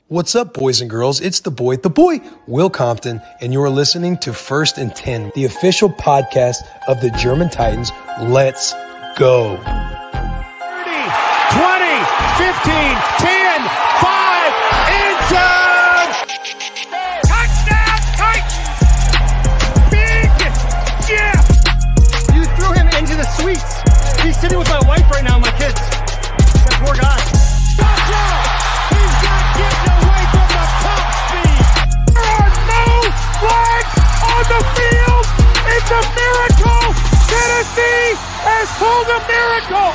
What's up, boys and girls? It's the boy, Will Compton, and you're listening to First and 10, the official podcast of the German Titans. Let's go. 30, 20, 15, 10, 5, end zone! Touchdown, Titans! Big Jeff! You threw him into the suites. He's sitting with my wife right now, my kids. That poor guy. Touchdown! He's not getting away from the top speed. There are no flags on the field. It's a miracle. Tennessee has pulled a miracle.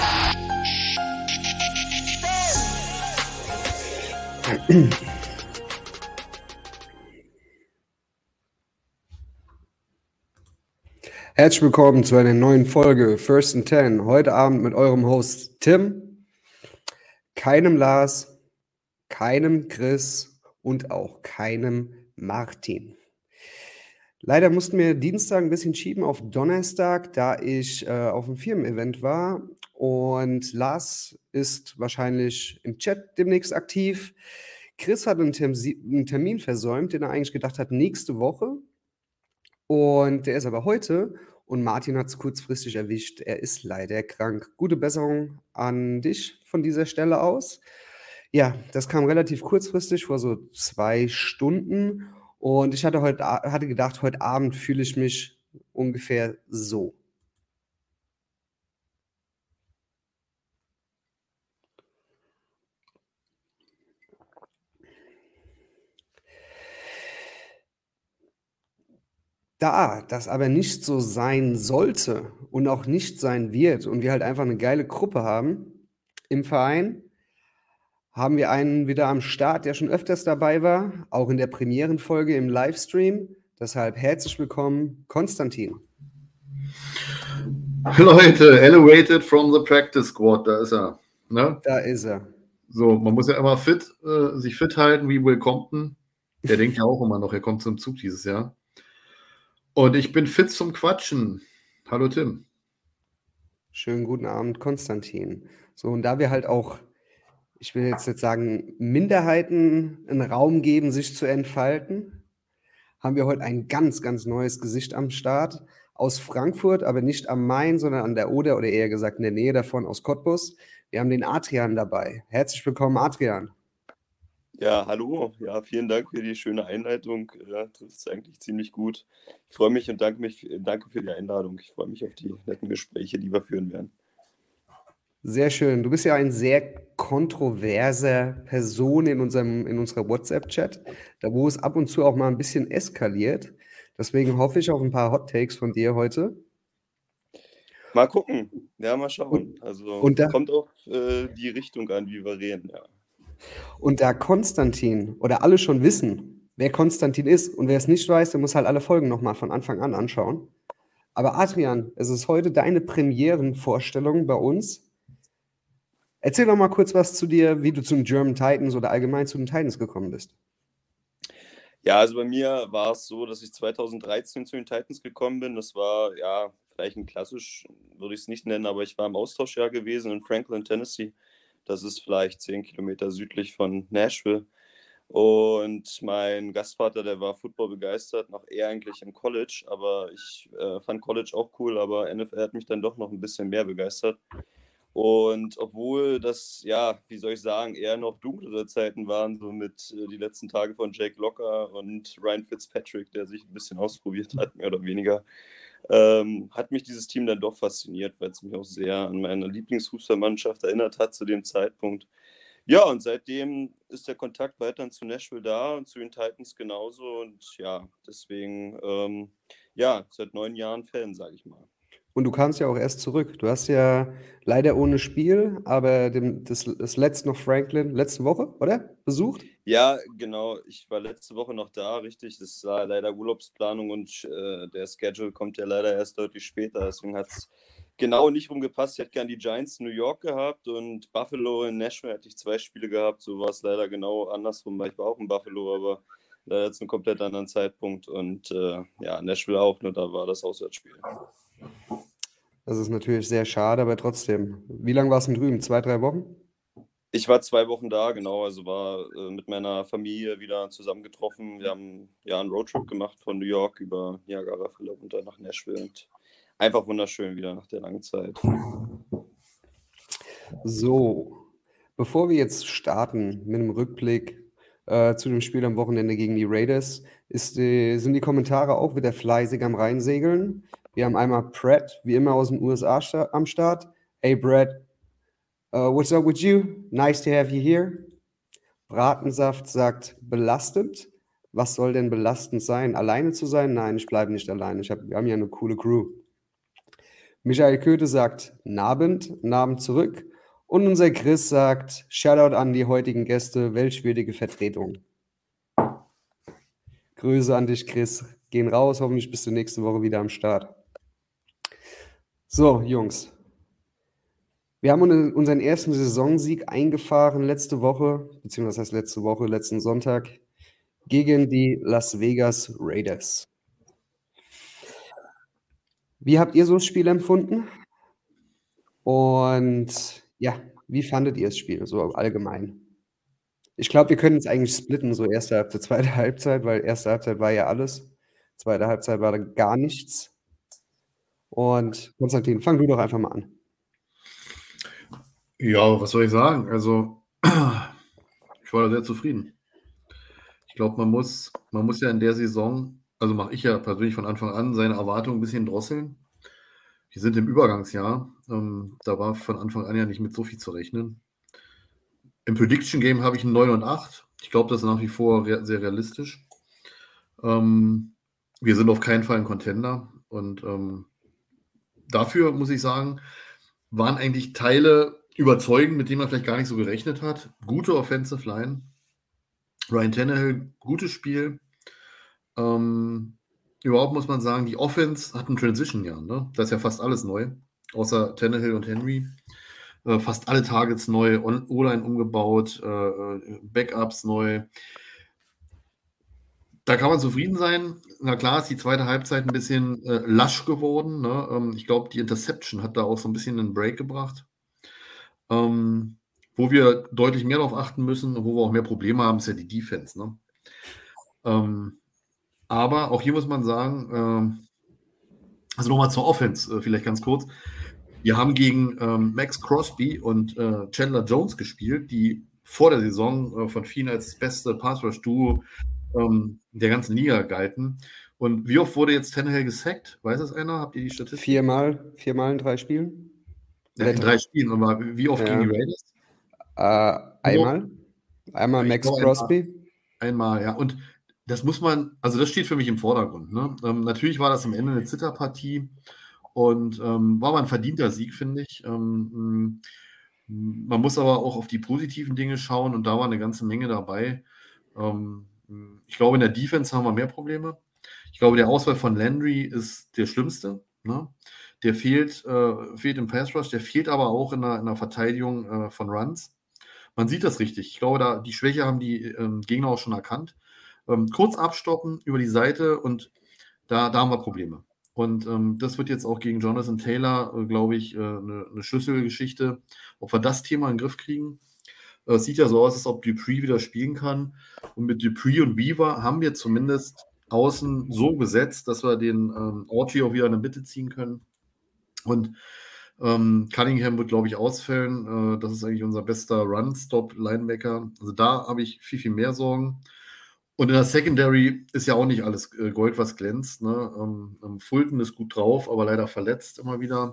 Herzlich willkommen zu einer neuen Folge First and 10. Heute Abend mit eurem Host Tim, keinem Lars, keinem Chris und auch keinem Martin. Leider mussten wir Dienstag ein bisschen schieben auf Donnerstag, da ich auf einem Firmen-Event war, und Lars ist wahrscheinlich im Chat demnächst aktiv. Chris hat einen Termin versäumt, den er eigentlich gedacht hat nächste Woche, und der ist aber heute, und Martin hat es kurzfristig erwischt. Er ist leider krank. Gute Besserung an dich von dieser Stelle aus. Ja, das kam relativ kurzfristig, vor so 2 Stunden. Und ich hatte gedacht, heute Abend fühle ich mich ungefähr so. Da das aber nicht so sein sollte und auch nicht sein wird und wir halt einfach eine geile Gruppe haben im Verein, haben wir einen wieder am Start, der schon öfters dabei war, auch in der Premierenfolge im Livestream. Deshalb herzlich willkommen, Konstantin. Leute, elevated from the practice squad, da ist er. Ne? Da ist er. So, man muss ja immer sich fit halten, wie Will Compton. Der denkt ja auch immer noch, er kommt zum Zug dieses Jahr. Und ich bin fit zum Quatschen. Hallo Tim. Schönen guten Abend, Konstantin. So, und da wir halt auch, ich will jetzt nicht sagen, Minderheiten einen Raum geben, sich zu entfalten, haben wir heute ein ganz, ganz neues Gesicht am Start. Aus Frankfurt, aber nicht am Main, sondern an der Oder eher gesagt in der Nähe davon, aus Cottbus. Wir haben den Adrian dabei. Herzlich willkommen, Adrian. Ja, hallo. Ja, vielen Dank für die schöne Einleitung. Das ist eigentlich ziemlich gut. Ich freue mich und danke für die Einladung. Ich freue mich auf die netten Gespräche, die wir führen werden. Sehr schön. Du bist ja ein sehr kontroverser Person in unserer WhatsApp-Chat, da wo es ab und zu auch mal ein bisschen eskaliert. Deswegen hoffe ich auf ein paar Hot Takes von dir heute. Mal gucken. Ja, mal schauen. Kommt auf die Richtung an, wie wir reden, ja. Und da Konstantin oder alle schon wissen, wer Konstantin ist, und wer es nicht weiß, der muss halt alle Folgen nochmal von Anfang an anschauen. Aber Adrian, es ist heute deine Premierenvorstellung bei uns. Erzähl doch mal kurz was zu dir, wie du zum German Titans oder allgemein zu den Titans gekommen bist. Ja, also bei mir war es so, dass ich 2013 zu den Titans gekommen bin. Das war, ja, vielleicht ein klassisch, würde ich es nicht nennen, aber ich war im Austauschjahr gewesen in Franklin, Tennessee. Das ist vielleicht 10 Kilometer südlich von Nashville. Und mein Gastvater, der war Football begeistert, noch eher eigentlich im College. Aber ich fand College auch cool, aber NFL hat mich dann doch noch ein bisschen mehr begeistert. Und obwohl das, ja, wie soll ich sagen, eher noch dunklere Zeiten waren, so mit die letzten Tage von Jake Locker und Ryan Fitzpatrick, der sich ein bisschen ausprobiert hat, mehr oder weniger, hat mich dieses Team dann doch fasziniert, weil es mich auch sehr an meine Lieblingsfußballmannschaft erinnert hat zu dem Zeitpunkt. Ja, und seitdem ist der Kontakt weiterhin zu Nashville da und zu den Titans genauso. Und ja, deswegen, seit 9 Jahren Fan, sage ich mal. Und du kamst ja auch erst zurück. Du hast ja leider ohne Spiel, aber das letzte noch Franklin, letzte Woche, oder? Besucht? Ja, genau. Ich war letzte Woche noch da, richtig. Das war leider Urlaubsplanung und der Schedule kommt ja leider erst deutlich später. Deswegen hat es genau nicht rumgepasst. Ich hätte gern die Giants in New York gehabt und Buffalo in Nashville hätte ich 2 Spiele gehabt. So war es leider genau andersrum, weil ich war auch in Buffalo, aber leider jetzt einen komplett anderen Zeitpunkt. Und Nashville auch, nur da war das Auswärtsspiel. Das ist natürlich sehr schade, aber trotzdem. Wie lange warst du drüben? 2, 3 Wochen? Ich war 2 Wochen da, genau, also war mit meiner Familie wieder zusammengetroffen. Wir haben ja einen Roadtrip gemacht von New York über Niagara-Fälle runter nach Nashville und einfach wunderschön wieder nach der langen Zeit. So, bevor wir jetzt starten mit einem Rückblick zu dem Spiel am Wochenende gegen die Raiders, sind die Kommentare auch wieder fleißig am Reinsegeln. Wir haben einmal Pratt, wie immer aus den USA am Start. Hey Brad, what's up with you? Nice to have you here. Bratensaft sagt belastend. Was soll denn belastend sein? Alleine zu sein? Nein, ich bleibe nicht allein. Wir haben ja eine coole Crew. Michael Köthe sagt Nabend zurück. Und unser Chris sagt Shoutout an die heutigen Gäste, welchwürdige Vertretung. Grüße an dich, Chris. Gehen raus, hoffentlich bist du nächste Woche wieder am Start. So, Jungs. Wir haben unseren ersten Saisonsieg eingefahren letzte Woche, beziehungsweise letzten Sonntag, gegen die Las Vegas Raiders. Wie habt ihr so das Spiel empfunden? Und ja, wie fandet ihr das Spiel so allgemein? Ich glaube, wir können es eigentlich splitten, so erste Halbzeit, zweite Halbzeit, weil erste Halbzeit war ja alles. Zweite Halbzeit war da gar nichts. Und Konstantin, fang du doch einfach mal an. Ja, was soll ich sagen? Also, ich war da sehr zufrieden. Ich glaube, man muss ja in der Saison, also mache ich ja persönlich von Anfang an, seine Erwartungen ein bisschen drosseln. Wir sind im Übergangsjahr. Da war von Anfang an ja nicht mit so viel zu rechnen. Im Prediction Game habe ich ein 9 und 8. Ich glaube, das ist nach wie vor sehr realistisch. Wir sind auf keinen Fall ein Contender. Und dafür muss ich sagen, waren eigentlich Teile überzeugend, mit denen man vielleicht gar nicht so gerechnet hat. Gute Offensive Line. Ryan Tannehill, gutes Spiel. Überhaupt muss man sagen, die Offense hat ein Transition-Jahr. Ne? Da ist ja fast alles neu, außer Tannehill und Henry. Fast alle Targets neu, O-Line umgebaut, Backups neu. Da kann man zufrieden sein. Na klar ist die zweite Halbzeit ein bisschen lasch geworden. Ne? Ich glaube, die Interception hat da auch so ein bisschen einen Break gebracht. Wo wir deutlich mehr darauf achten müssen, wo wir auch mehr Probleme haben, ist ja die Defense. Ne? Aber auch hier muss man sagen, also nochmal zur Offense, vielleicht ganz kurz. Wir haben gegen Max Crosby und Chandler Jones gespielt, die vor der Saison von vielen als das beste Pass-Rush-Duo der ganzen Liga galten. Und wie oft wurde jetzt Tannehill gesackt? Weiß das einer? Habt ihr die Statistik? Viermal in 3 Spielen? Ja, in 3 Spielen. Aber wie oft gegen die Raiders? Einmal Max Crosby. Einmal, ja. Und das muss man, also das steht für mich im Vordergrund. Ne? Natürlich war das am Ende eine Zitterpartie und war mal ein verdienter Sieg, finde ich. Man muss aber auch auf die positiven Dinge schauen und da war eine ganze Menge dabei. Ich glaube, in der Defense haben wir mehr Probleme. Ich glaube, der Ausfall von Landry ist der schlimmste. Ne? Der fehlt im Pass Rush, der fehlt aber auch in der Verteidigung von Runs. Man sieht das richtig. Ich glaube, die Schwäche haben die Gegner auch schon erkannt. Kurz abstoppen über die Seite und da haben wir Probleme. Und das wird jetzt auch gegen Jonathan Taylor, glaube ich, eine Schlüsselgeschichte, ob wir das Thema in den Griff kriegen. Es sieht ja so aus, als ob Dupree wieder spielen kann. Und mit Dupree und Weaver haben wir zumindest außen so gesetzt, dass wir den Orgy auch wieder in die Mitte ziehen können. Und Cunningham wird, glaube ich, ausfällen. Das ist eigentlich unser bester Run-Stop-Linebacker. Also da habe ich viel mehr Sorgen. Und in der Secondary ist ja auch nicht alles Gold, was glänzt. Ne? Fulton ist gut drauf, aber leider verletzt immer wieder.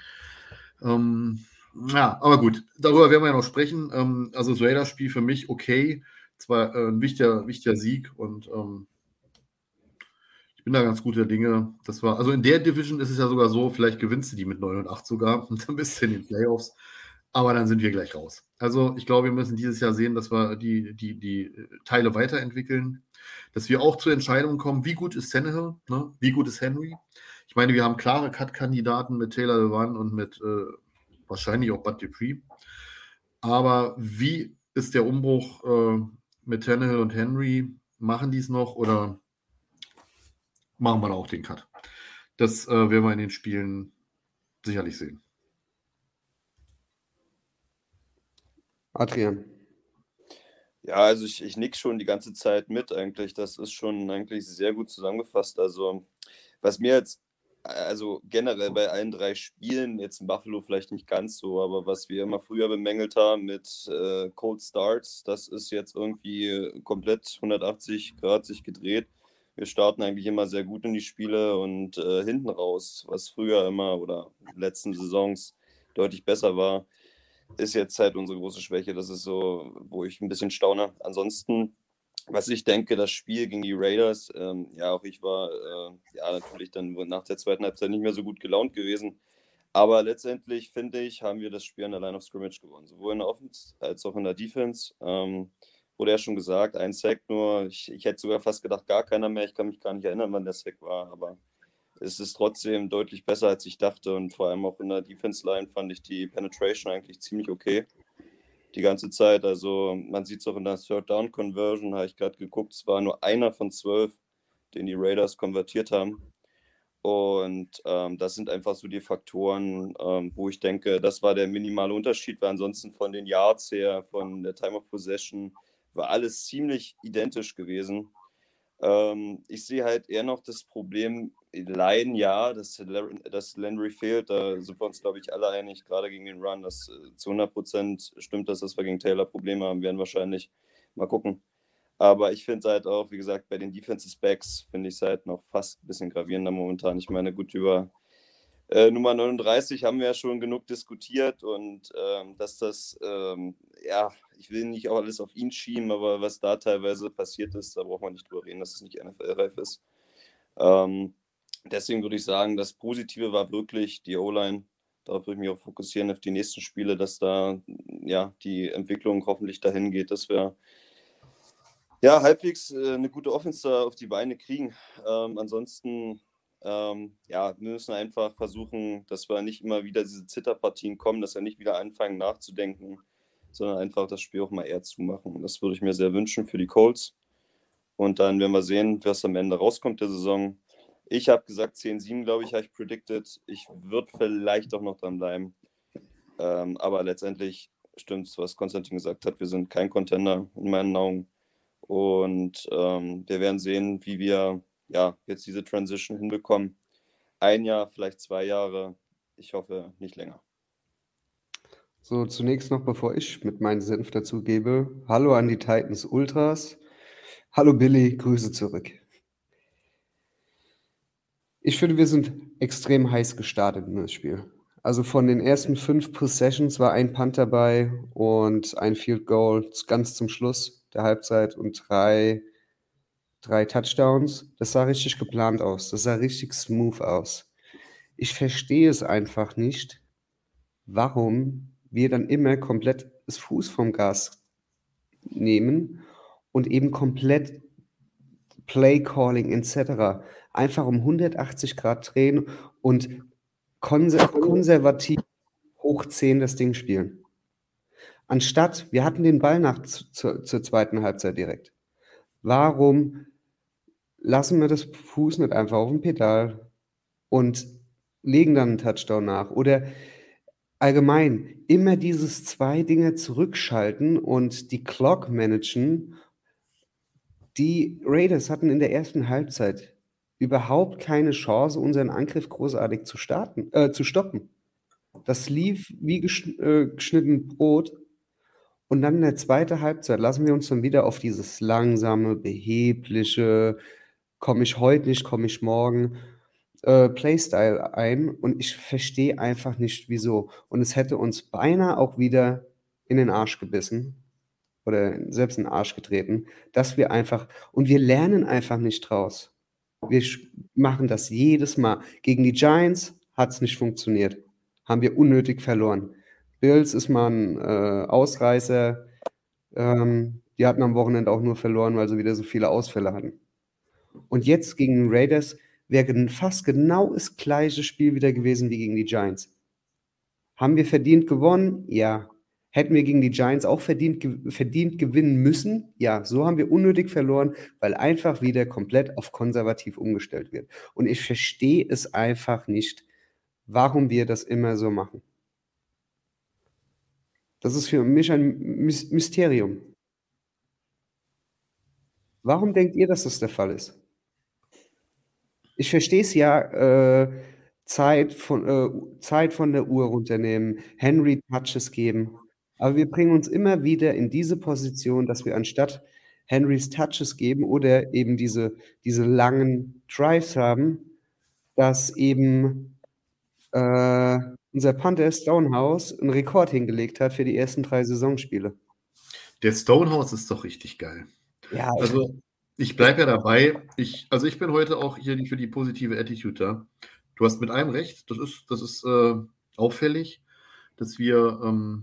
Ja, aber gut, darüber werden wir ja noch sprechen. Also das Raiders-Spiel für mich okay. Zwar ein wichtiger Sieg und ich bin da ganz guter Dinge. Das war, also in der Division ist es ja sogar so, vielleicht gewinnst du die mit 9 und 8 sogar und dann bist du in den Playoffs. Aber dann sind wir gleich raus. Also ich glaube, wir müssen dieses Jahr sehen, dass wir die Teile weiterentwickeln, dass wir auch zu Entscheidungen kommen, wie gut ist Tannehill, ne? Wie gut ist Henry. Ich meine, wir haben klare Cut-Kandidaten mit Taylor Lewan und mit wahrscheinlich auch Bud Dupree. Aber wie ist der Umbruch mit Tannehill und Henry? Machen die es noch oder machen wir da auch den Cut? Das werden wir in den Spielen sicherlich sehen. Adrian. Ja, also ich nick schon die ganze Zeit mit eigentlich. Das ist schon eigentlich sehr gut zusammengefasst. Also, was mir jetzt, also generell bei allen 3 Spielen, jetzt in Buffalo vielleicht nicht ganz so, aber was wir immer früher bemängelt haben mit Cold Starts, das ist jetzt irgendwie komplett 180 Grad sich gedreht. Wir starten eigentlich immer sehr gut in die Spiele und hinten raus, was früher immer oder in den letzten Saisons deutlich besser war, ist jetzt halt unsere große Schwäche. Das ist so, wo ich ein bisschen staune. Ansonsten, was ich denke, das Spiel gegen die Raiders, ja, auch ich war ja natürlich dann nach der zweiten Halbzeit nicht mehr so gut gelaunt gewesen. Aber letztendlich, finde ich, haben wir das Spiel an der Line of Scrimmage gewonnen. Sowohl in der Offense als auch in der Defense. Wurde ja schon gesagt, ein Sack nur. Ich hätte sogar fast gedacht, gar keiner mehr. Ich kann mich gar nicht erinnern, wann der Sack war. Aber es ist trotzdem deutlich besser, als ich dachte. Und vor allem auch in der Defense-Line fand ich die Penetration eigentlich ziemlich okay. Die ganze Zeit. Also man sieht es auch in der Third-Down-Conversion, habe ich gerade geguckt. Es war nur einer von 12, den die Raiders konvertiert haben. Und das sind einfach so die Faktoren, wo ich denke, das war der minimale Unterschied, weil ansonsten von den Yards her, von der Time of Possession, war alles ziemlich identisch gewesen. Ich sehe halt eher noch das Problem, Line, ja, dass Landry fehlt, da sind wir uns, glaube ich, alle einig, gerade gegen den Run, dass zu 100% stimmt, dass wir gegen Taylor Probleme haben werden wahrscheinlich. Mal gucken. Aber ich finde es halt auch, wie gesagt, bei den Defensive Backs finde ich es halt noch fast ein bisschen gravierender momentan. Ich meine, gut, über Nummer 39 haben wir ja schon genug diskutiert und dass das, ja, ich will nicht auch alles auf ihn schieben, aber was da teilweise passiert ist, da braucht man nicht drüber reden, dass es nicht NFL-reif ist. Deswegen würde ich sagen, das Positive war wirklich die O-Line. Darauf würde ich mich auch fokussieren, auf die nächsten Spiele, dass da ja die Entwicklung hoffentlich dahin geht, dass wir ja halbwegs eine gute Offense auf die Beine kriegen. Ansonsten ja, wir müssen einfach versuchen, dass wir nicht immer wieder diese Zitterpartien kommen, dass wir nicht wieder anfangen nachzudenken, sondern einfach das Spiel auch mal eher zumachen. Und das würde ich mir sehr wünschen für die Colts. Und dann werden wir sehen, was am Ende rauskommt der Saison. Ich habe gesagt 10-7, glaube ich, habe ich predicted. Ich würde vielleicht auch noch dran bleiben. Aber letztendlich stimmt es, was Konstantin gesagt hat. Wir sind kein Contender in meinen Augen. Und wir werden sehen, wie wir ja, jetzt diese Transition hinbekommen. 1 Jahr, vielleicht 2 Jahre. Ich hoffe, nicht länger. So, zunächst noch, bevor ich mit meinem Senf dazu gebe, hallo an die Titans Ultras. Hallo Billy, Grüße zurück. Ich finde, wir sind extrem heiß gestartet in das Spiel. Also von den ersten 5 Possessions war ein Punt dabei und ein Field Goal ganz zum Schluss der Halbzeit und 3 Touchdowns. Das sah richtig geplant aus. Das sah richtig smooth aus. Ich verstehe es einfach nicht, warum wir dann immer komplett das Fuß vom Gas nehmen und eben komplett Play-Calling etc. einfach um 180 Grad drehen und konservativ hoch 10 das Ding spielen. Anstatt, wir hatten den Ball zur zweiten Halbzeit direkt. Warum lassen wir das Fuß nicht einfach auf dem Pedal und legen dann einen Touchdown nach? Oder allgemein immer dieses 2 Dinge zurückschalten und die Clock managen. Die Raiders hatten in der ersten Halbzeit überhaupt keine Chance, unseren Angriff großartig zu stoppen. Das lief wie geschnitten Brot. Und dann in der zweiten Halbzeit lassen wir uns dann wieder auf dieses langsame, behebliche, komme ich heute nicht, komme ich morgen, Playstyle ein. Und ich verstehe einfach nicht, wieso. Und es hätte uns beinahe auch wieder in den Arsch gebissen oder selbst in den Arsch getreten, dass wir einfach, und wir lernen einfach nicht draus. Wir machen das jedes Mal. Gegen die Giants hat es nicht funktioniert. Haben wir unnötig verloren. Bills ist mal ein Ausreißer. Die hatten am Wochenende auch nur verloren, weil sie wieder so viele Ausfälle hatten. Und jetzt gegen die Raiders wäre fast genau das gleiche Spiel wieder gewesen wie gegen die Giants. Haben wir verdient gewonnen? Ja. Hätten wir gegen die Giants auch verdient gewinnen müssen? Ja, so haben wir unnötig verloren, weil einfach wieder komplett auf konservativ umgestellt wird. Und ich verstehe es einfach nicht, warum wir das immer so machen. Das ist für mich ein Mysterium. Warum denkt ihr, dass das der Fall ist? Ich verstehe es ja, Zeit von der Uhr runternehmen, Henry Touches geben, aber wir bringen uns immer wieder in diese Position, dass wir anstatt Henrys Touches geben oder eben diese langen Drives haben, dass eben unser Panther Stonehouse einen Rekord hingelegt hat für die ersten 3 Saisonspiele. Der Stonehouse ist doch richtig geil. Ja, Also, ich bleibe ja dabei. Ich bin heute auch hier für die positive Attitude da. Du hast mit allem recht. Das ist auffällig, dass wir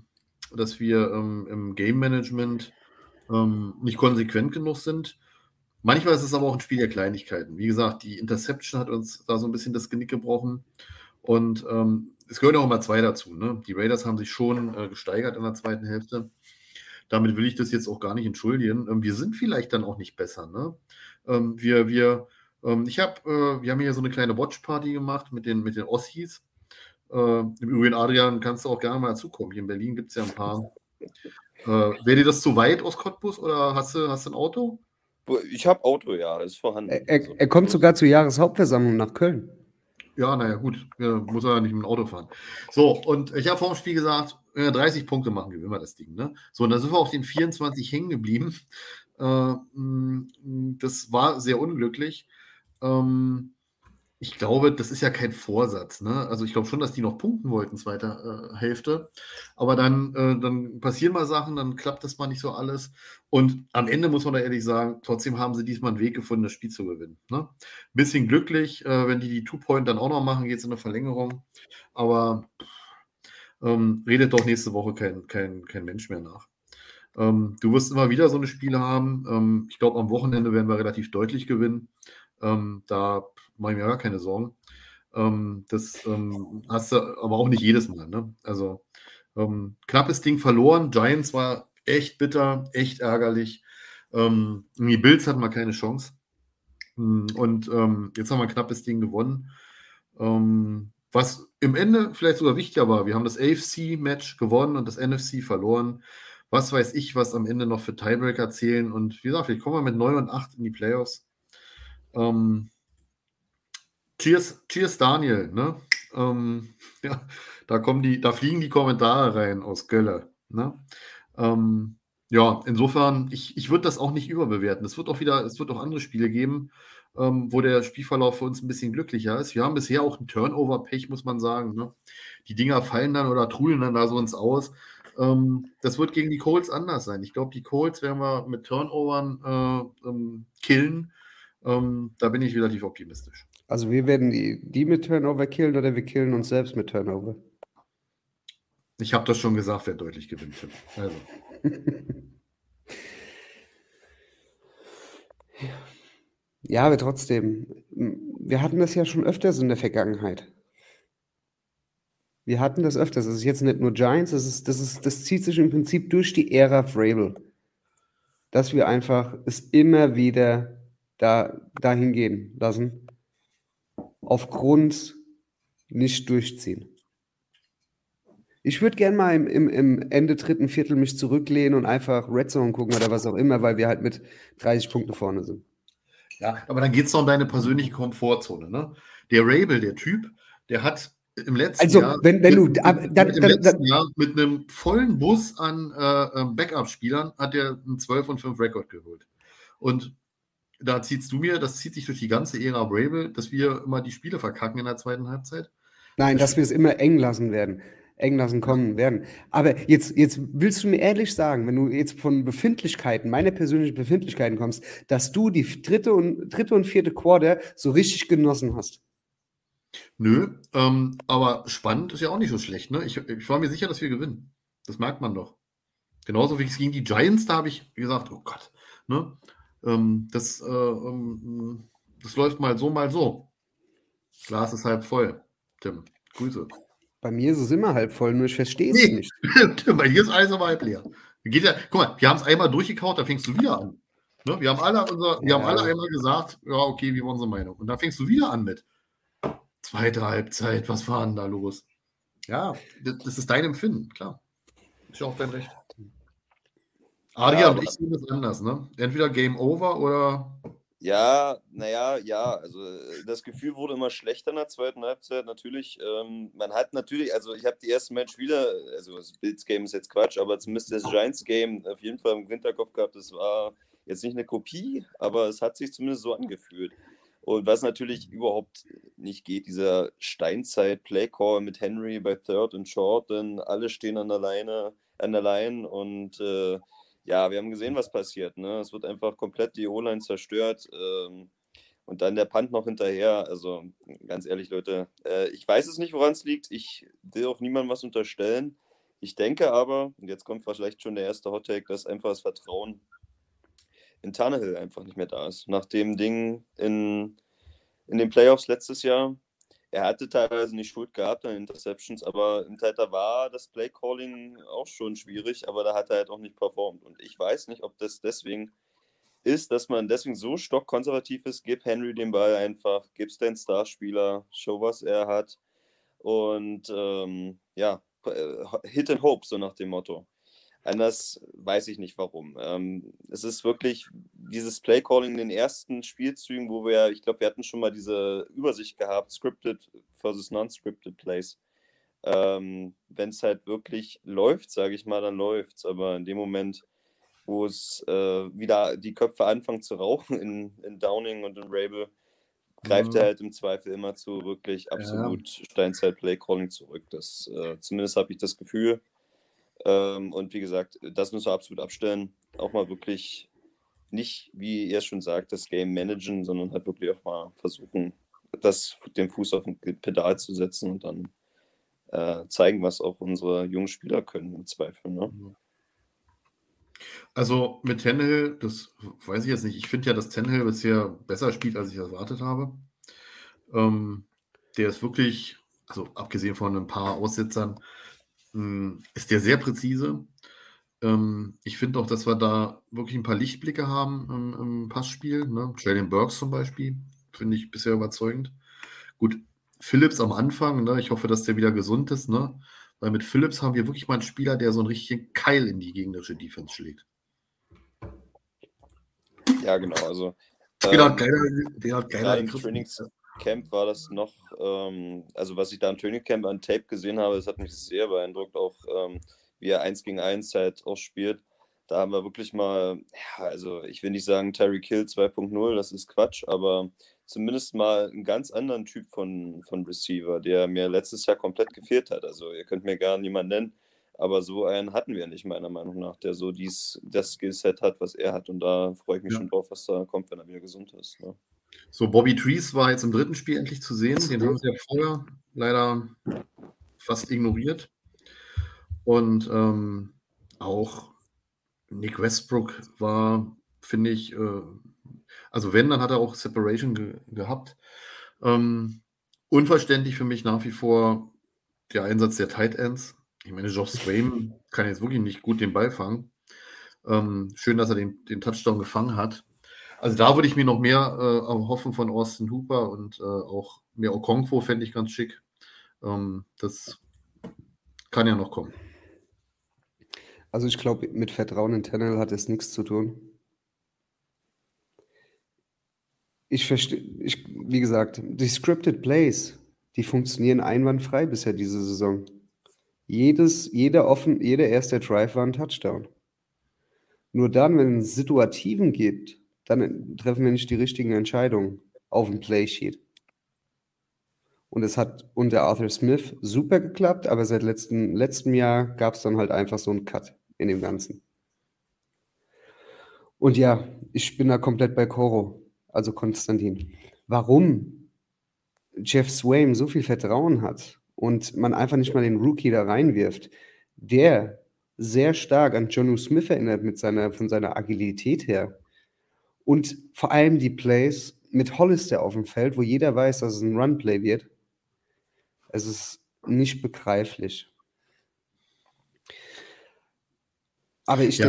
im Game Management nicht konsequent genug sind. Manchmal ist es aber auch ein Spiel der Kleinigkeiten. Wie gesagt, die Interception hat uns da so ein bisschen das Genick gebrochen. Und es gehören auch immer 2 dazu. Ne? Die Raiders haben sich schon gesteigert in der zweiten Hälfte. Damit will ich das jetzt auch gar nicht entschuldigen. Wir sind vielleicht dann auch nicht besser. Ne? Wir haben hier so eine kleine Watchparty gemacht mit den Ossis. Im Übrigen, Adrian, kannst du auch gerne mal dazukommen. Hier in Berlin gibt es ja ein paar. Wäre dir das zu weit aus Cottbus oder hast du ein Auto? Ich habe Auto, ja, ist vorhanden. Er kommt sogar zur Jahreshauptversammlung nach Köln. Ja, naja, gut. Muss er ja nicht mit dem Auto fahren. So, und ich habe vor dem Spiel gesagt, 30 Punkte machen, gewinnen wir das Ding. Ne? So, und dann sind wir auf den 24 hängen geblieben. Das war sehr unglücklich. Ich glaube, das ist ja kein Vorsatz. Ne? Also ich glaube schon, dass die noch punkten wollten, zweite Hälfte. Aber dann passieren mal Sachen, dann klappt das mal nicht so alles. Und am Ende muss man da ehrlich sagen, trotzdem haben sie diesmal einen Weg gefunden, das Spiel zu gewinnen. Ne? Ein bisschen glücklich, wenn die Two-Point dann auch noch machen, geht es in eine Verlängerung. Aber redet doch nächste Woche kein Mensch mehr nach. Du wirst immer wieder so eine Spiele haben. Ich glaube, am Wochenende werden wir relativ deutlich gewinnen. Da mache ich mir gar keine Sorgen. Das hast du aber auch nicht jedes Mal. Ne? Also knappes Ding verloren. Giants war echt bitter, echt ärgerlich. Die Bills hatten mal keine Chance. Und jetzt haben wir ein knappes Ding gewonnen. Was im Ende vielleicht sogar wichtiger war. Wir haben das AFC-Match gewonnen und das NFC verloren. Was weiß ich, was am Ende noch für Tiebreaker zählen. Und wie gesagt, vielleicht kommen wir mit 9 und 8 in die Playoffs. Cheers Daniel, ne? Ja, da fliegen die Kommentare rein aus Gölle. Ne? Ja, insofern, ich würde das auch nicht überbewerten. Es wird auch andere Spiele geben, wo der Spielverlauf für uns ein bisschen glücklicher ist. Wir haben bisher auch einen Turnover-Pech, muss man sagen. Ne? Die Dinger fallen dann oder trudeln dann da so ins Aus. Das wird gegen die Colts anders sein. Ich glaube, die Colts werden wir mit Turnovern killen. Da bin ich relativ optimistisch. Also wir werden die mit Turnover killen oder wir killen uns selbst mit Turnover? Ich habe das schon gesagt, wer deutlich gewinnt. Also. Ja, aber trotzdem, wir hatten das ja schon öfters in der Vergangenheit. Wir hatten das öfters. Das ist jetzt nicht nur Giants, das zieht sich im Prinzip durch die Ära Vrabel. Dass wir einfach es immer wieder dahin gehen lassen. Aufgrund nicht durchziehen. Ich würde gerne mal im Ende 3. Viertel mich zurücklehnen und einfach Red Zone gucken oder was auch immer, weil wir halt mit 30 Punkten vorne sind. Ja, aber dann geht es doch um deine persönliche Komfortzone. Ne? Der Vrabel, der Typ, der hat im letzten Jahr mit einem vollen Bus an Backup-Spielern hat er einen 12-5 Rekord geholt. Und das zieht sich durch die ganze Ära Vrabel, dass wir immer die Spiele verkacken in der zweiten Halbzeit. Nein, dass wir es immer eng lassen werden. Werden. Aber jetzt willst du mir ehrlich sagen, wenn du jetzt von Befindlichkeiten, meine persönlichen Befindlichkeiten kommst, dass du die dritte und vierte Quarter so richtig genossen hast? Nö, aber spannend ist ja auch nicht so schlecht. Ne? Ich war mir sicher, dass wir gewinnen. Das merkt man doch. Genauso wie es gegen die Giants, da habe ich gesagt, oh Gott, ne? Das läuft mal so. Glas ist halb voll. Tim, Grüße. Bei mir ist es immer halb voll, nur ich verstehe es nicht. Bei dir ist alles aber halb leer. Guck mal, wir haben es einmal durchgekaut, da fängst du wieder an. Ne? Wir haben alle einmal gesagt, ja, okay, wie war unsere Meinung? Und dann fängst du wieder an mit zweite Halbzeit, was war denn da los? Ja, das ist dein Empfinden, klar. Ist ja auch dein Recht. Adrian aber- und ich sehen das anders, ne? Entweder Game Over oder. Ja, ja, also das Gefühl wurde immer schlechter in der zweiten Halbzeit, natürlich. Man hat natürlich, also ich habe die ersten beiden Spiele, also das Bills-Game ist jetzt Quatsch, aber zumindest das Giants-Game auf jeden Fall im Hinterkopf gehabt, das war jetzt nicht eine Kopie, aber es hat sich zumindest so angefühlt. Und was natürlich überhaupt nicht geht, dieser Steinzeit-Play-Call mit Henry bei Third und Short, denn alle stehen an der Line und ja, wir haben gesehen, was passiert. Ne? Es wird einfach komplett die O-Line zerstört und dann der Punt noch hinterher. Also ganz ehrlich, Leute, ich weiß es nicht, woran es liegt. Ich will auch niemandem was unterstellen. Ich denke aber, und jetzt kommt vielleicht schon der erste Hot-Take, dass einfach das Vertrauen in Tannehill einfach nicht mehr da ist. Nach dem Ding in den Playoffs letztes Jahr, er hatte teilweise nicht Schuld gehabt an Interceptions, aber da war das Play-Calling auch schon schwierig, aber da hat er halt auch nicht performt. Und ich weiß nicht, ob das deswegen ist, dass man deswegen so stockkonservativ ist, gib Henry den Ball einfach, gib's deinen Starspieler, show, was er hat und ja, Hit and Hope, so nach dem Motto. Anders weiß ich nicht warum. Es ist wirklich dieses Play-Calling in den ersten Spielzügen, wo ich glaube, wir hatten schon mal diese Übersicht gehabt, Scripted versus Non-Scripted Plays. Wenn es halt wirklich läuft, sage ich mal, dann läuft es. Aber in dem Moment, wo es wieder die Köpfe anfangen zu rauchen in Downing und in Rabel, greift er halt im Zweifel immer zu wirklich absolut Steinzeit-Play-Calling zurück. Zumindest habe ich das Gefühl. Und wie gesagt, das müssen wir absolut abstellen. Auch mal wirklich nicht, wie ihr schon sagt, das Game managen, sondern halt wirklich auch mal versuchen, den Fuß auf den Pedal zu setzen und dann zeigen, was auch unsere jungen Spieler können, im Zweifel. Ne? Also mit Tannehill, das weiß ich jetzt nicht. Ich finde ja, dass Tannehill bisher besser spielt, als ich erwartet habe. Der ist wirklich, also abgesehen von ein paar Aussetzern, ist der sehr präzise. Ich finde auch, dass wir da wirklich ein paar Lichtblicke haben im Passspiel. Ne? Jalen Burks zum Beispiel, finde ich bisher überzeugend. Gut, Phillips am Anfang, ne? Ich hoffe, dass der wieder gesund ist, ne? Weil mit Phillips haben wir wirklich mal einen Spieler, der so einen richtigen Keil in die gegnerische Defense schlägt. Ja, genau. Also, Der hat geiler gerade im Trainingscamp war das noch, also was ich da im Trainingcamp an Tape gesehen habe, das hat mich sehr beeindruckt, auch wie er 1 gegen 1 halt auch spielt. Da haben wir wirklich mal, ja, also ich will nicht sagen Tyreek Hill 2.0, das ist Quatsch, aber zumindest mal einen ganz anderen Typ von Receiver, der mir letztes Jahr komplett gefehlt hat. Also ihr könnt mir gar niemanden nennen, aber so einen hatten wir nicht, meiner Meinung nach, der so das Skillset hat, was er hat. Und da freue ich mich schon drauf, was da kommt, wenn er wieder gesund ist. Ne? So, Bobby Trees war jetzt im dritten Spiel endlich zu sehen. Den haben sie ja vorher leider fast ignoriert. Und auch Nick Westbrook war, finde ich, also wenn, dann hat er auch Separation gehabt. Unverständlich für mich nach wie vor der Einsatz der Tight Ends. Ich meine, Josh Swain kann jetzt wirklich nicht gut den Ball fangen. Schön, dass er den Touchdown gefangen hat. Also da würde ich mir noch mehr hoffen von Austin Hooper und auch mehr Okonkwo fände ich ganz schick. Das kann ja noch kommen. Also ich glaube, mit Vertrauen in Tannehill hat es nichts zu tun. Ich verstehe, wie gesagt, die Scripted Plays, die funktionieren einwandfrei bisher diese Saison. Jeder erste Drive war ein Touchdown. Nur dann, wenn es Situativen gibt, dann treffen wir nicht die richtigen Entscheidungen auf dem Playsheet. Und es hat unter Arthur Smith super geklappt, aber seit letztem Jahr gab es dann halt einfach so einen Cut in dem Ganzen. Und ja, ich bin da komplett bei Koro, also Konstantin. Warum Jeff Swain so viel Vertrauen hat und man einfach nicht mal den Rookie da reinwirft, der sehr stark an Jonnu Smith erinnert von seiner Agilität her. Und vor allem die Plays mit Hollister auf dem Feld, wo jeder weiß, dass es ein Run-Play wird. Es ist nicht begreiflich. Aber ich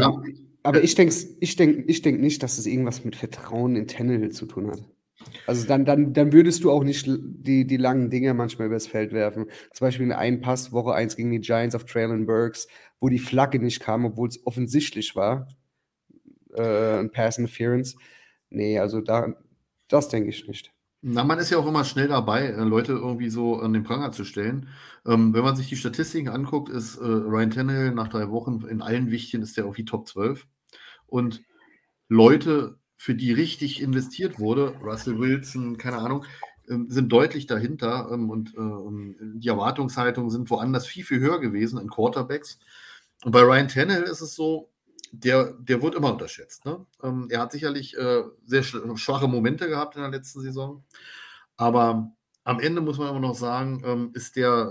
denke nicht, dass es irgendwas mit Vertrauen in Tannehill zu tun hat. Also dann würdest du auch nicht die langen Dinger manchmal übers Feld werfen. Zum Beispiel in einer Passwoche 1 gegen die Giants auf Traylon Burks, wo die Flagge nicht kam, obwohl es offensichtlich war, ein Pass Interference. Nee, also das denke ich nicht. Na, man ist ja auch immer schnell dabei, Leute irgendwie so an den Pranger zu stellen. Wenn man sich die Statistiken anguckt, ist Ryan Tannehill nach 3 Wochen in allen Wichtigen ist der irgendwie Top 12. Und Leute, für die richtig investiert wurde, Russell Wilson, keine Ahnung, sind deutlich dahinter und die Erwartungshaltungen sind woanders viel, viel höher gewesen in Quarterbacks. Und bei Ryan Tannehill ist es so, der wird immer unterschätzt. Ne? Er hat sicherlich sehr schwache Momente gehabt in der letzten Saison, aber am Ende muss man immer noch sagen, ist der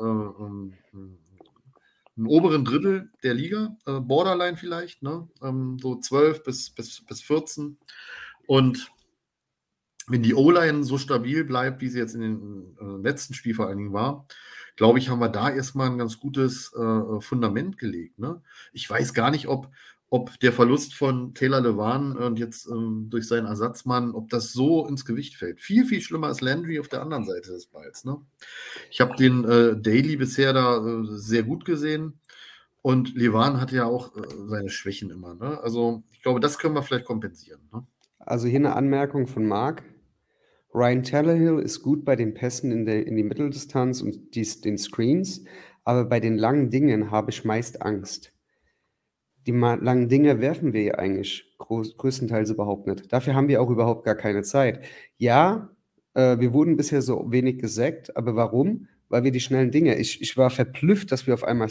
im oberen Drittel der Liga, Borderline vielleicht, ne? So 12 bis 14. Und wenn die O-Line so stabil bleibt, wie sie jetzt in den letzten Spiel vor allen Dingen war, glaube ich, haben wir da erstmal ein ganz gutes Fundament gelegt. Ne? Ich weiß gar nicht, ob der Verlust von Taylor Lewan und jetzt durch seinen Ersatzmann, ob das so ins Gewicht fällt. Viel, viel schlimmer ist Landry auf der anderen Seite des Balls. Ne? Ich habe den Daly bisher da sehr gut gesehen und Lewan hat ja auch seine Schwächen immer. Ne? Also ich glaube, das können wir vielleicht kompensieren. Ne? Also hier eine Anmerkung von Marc. Ryan Tannehill ist gut bei den Pässen in die Mitteldistanz und den Screens, aber bei den langen Dingen habe ich meist Angst. Die langen Dinge werfen wir ja eigentlich größtenteils überhaupt nicht. Dafür haben wir auch überhaupt gar keine Zeit. Ja, wir wurden bisher so wenig gesackt, aber warum? Weil wir die schnellen Dinge. Ich war verblüfft, dass wir auf einmal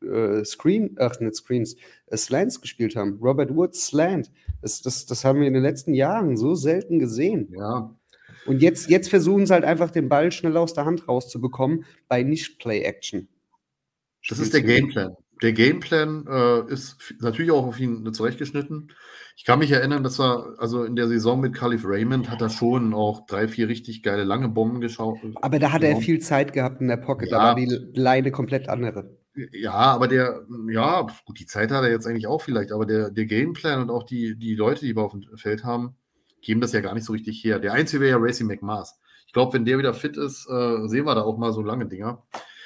Slants gespielt haben. Robert Woods Slant. Das haben wir in den letzten Jahren so selten gesehen. Ja. Und jetzt versuchen sie halt einfach den Ball schnell aus der Hand rauszubekommen bei Nicht-Play-Action. Das ist der Gameplan. Der Gameplan ist natürlich auch auf ihn zurechtgeschnitten. Ich kann mich erinnern, dass er, also in der Saison mit Khalif Raymond, hat er schon auch 3, 4 richtig geile lange Bomben geschaut. Aber da hat er viel Zeit gehabt in der Pocket, Ja. da war die Leine komplett andere. Ja, aber gut, die Zeit hat er jetzt eigentlich auch vielleicht, aber der Gameplan und auch die Leute, die wir auf dem Feld haben, geben das ja gar nicht so richtig her. Der Einzige wäre ja Racing McMath. Ich glaube, wenn der wieder fit ist, sehen wir da auch mal so lange Dinger.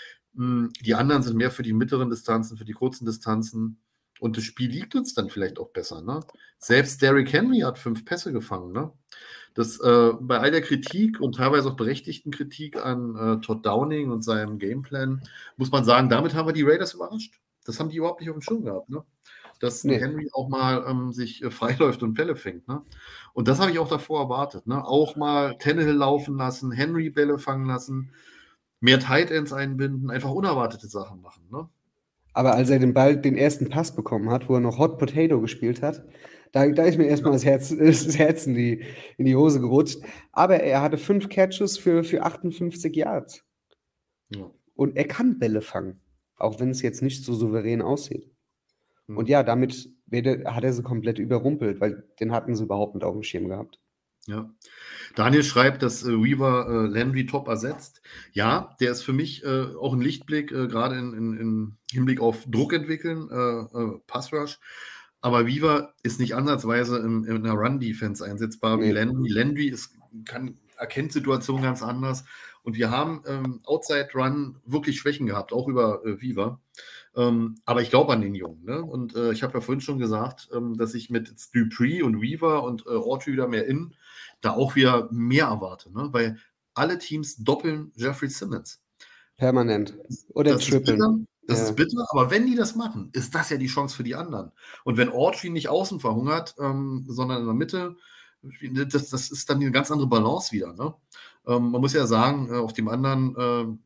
Die anderen sind mehr für die mittleren Distanzen, für die kurzen Distanzen. Und das Spiel liegt uns dann vielleicht auch besser. Ne? Selbst Derrick Henry hat 5 Pässe gefangen. Ne? Das, bei all der Kritik und teilweise auch berechtigten Kritik an Todd Downing und seinem Gameplan, muss man sagen, damit haben wir die Raiders überrascht. Das haben die überhaupt nicht auf dem Schirm gehabt. Ne? Dass Henry auch mal sich freiläuft und Bälle fängt. Ne? Und das habe ich auch davor erwartet. Ne? Auch mal Tannehill laufen lassen, Henry Bälle fangen lassen, mehr Tight Ends einbinden, einfach unerwartete Sachen machen. Ne? Aber als er den ersten Pass bekommen hat, wo er noch Hot Potato gespielt hat, da ist mir erstmal das Herz in die Hose gerutscht. Aber er hatte 5 Catches für 58 Yards. Ja. Und er kann Bälle fangen, auch wenn es jetzt nicht so souverän aussieht. Mhm. Und ja, damit hat er sie komplett überrumpelt, weil den hatten sie überhaupt nicht auf dem Schirm gehabt. Ja. Daniel schreibt, dass Weaver Landry top ersetzt. Ja, der ist für mich auch ein Lichtblick, gerade in Hinblick auf Druck entwickeln, Pass Rush. Aber Weaver ist nicht ansatzweise in einer Run-Defense einsetzbar wie Landry. Landry erkennt Situationen ganz anders. Und wir haben Outside Run wirklich Schwächen gehabt, auch über Weaver. Aber ich glaube an den Jungen. Ne? Und ich habe ja vorhin schon gesagt, dass ich mit Dupree und Weaver und Autry wieder mehr da auch wieder mehr erwarte. Ne? Weil alle Teams doppeln Jeffrey Simmons. Permanent. Oder trippeln. Das ist bitter, aber wenn die das machen, ist das ja die Chance für die anderen. Und wenn Autry nicht außen verhungert, sondern in der Mitte, das ist dann eine ganz andere Balance wieder. Ne? Man muss ja sagen, auf dem anderen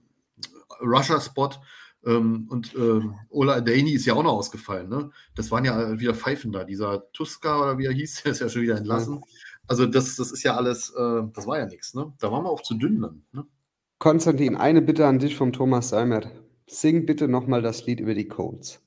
Rusher-Spot und Ola Adeyemi ist ja auch noch ausgefallen. Ne? Das waren ja wieder Pfeifen da. Dieser Tuska oder wie er hieß, der ist ja schon wieder entlassen. Also das ist ja alles, das war ja nichts. Ne? Da waren wir auch zu dünn dann. Ne? Konstantin, eine Bitte an dich vom Thomas Seimert. Sing bitte nochmal das Lied über die Colts.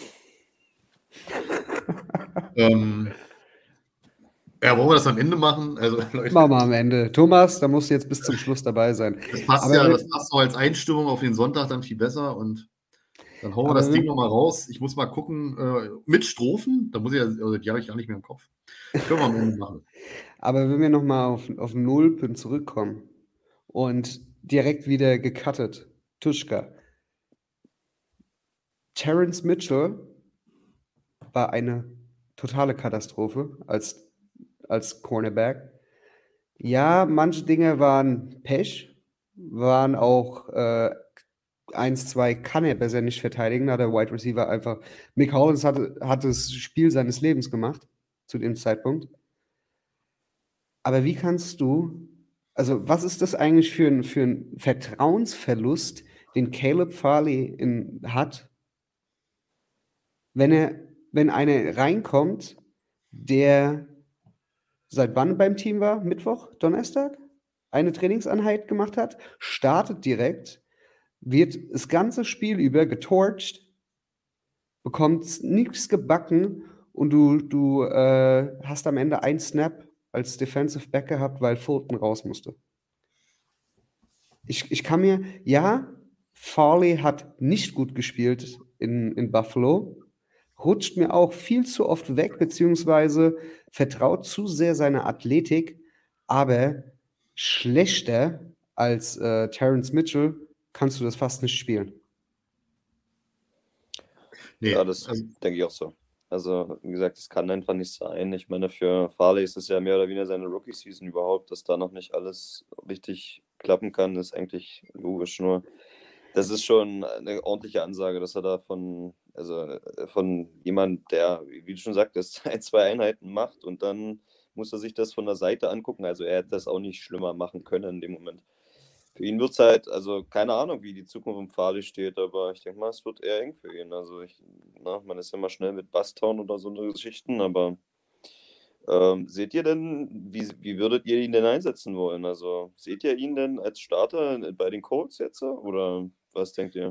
Wollen wir das am Ende machen? Also, Leute, machen wir am Ende. Thomas, da musst du jetzt bis zum Schluss dabei sein. Das passt so als Einstimmung auf den Sonntag dann viel besser und dann hauen wir das Ding nochmal raus. Ich muss mal gucken, mit Strophen, die habe ich gar nicht mehr im Kopf. Können wir am Ende machen. Aber wenn wir nochmal auf Nullpunkt zurückkommen und direkt wieder gecuttet, Tuschka. Terrence Mitchell war eine totale Katastrophe als Cornerback. Ja, manche Dinge waren Pech, waren auch 1, 2 kann er besser nicht verteidigen, da der Wide Receiver einfach. Mick Hollins hat das Spiel seines Lebens gemacht zu dem Zeitpunkt. Aber wie kannst du, also was ist das eigentlich für ein Vertrauensverlust, den Caleb Farley hat, wenn einer reinkommt, der seit wann beim Team war? Mittwoch, Donnerstag? Eine Trainingseinheit gemacht hat, startet direkt, wird das ganze Spiel über getorcht, bekommt nichts gebacken und du hast am Ende einen Snap als Defensive Back gehabt, weil Fulton raus musste. Ich kann mir, ja, Farley hat nicht gut gespielt in Buffalo, rutscht mir auch viel zu oft weg, beziehungsweise vertraut zu sehr seiner Athletik, aber schlechter als Terrence Mitchell kannst du das fast nicht spielen. Nee, Ja, das denke ich auch so. Also, wie gesagt, das kann einfach nicht sein. Ich meine, für Farley ist es ja mehr oder weniger seine Rookie-Season überhaupt, dass da noch nicht alles richtig klappen kann, ist eigentlich logisch. Nur, das ist schon eine ordentliche Ansage, dass er da von jemand, der, wie du schon sagtest, 1, 2 Einheiten macht und dann muss er sich das von der Seite angucken. Also, er hätte das auch nicht schlimmer machen können in dem Moment. Für ihn wird es halt, also keine Ahnung, wie die Zukunft im Farley steht, aber ich denke mal, es wird eher eng für ihn. Also man ist ja mal schnell mit Buzztown oder so eine Geschichten, aber seht ihr denn, wie würdet ihr ihn denn einsetzen wollen? Also seht ihr ihn denn als Starter bei den Colts jetzt oder was denkt ihr?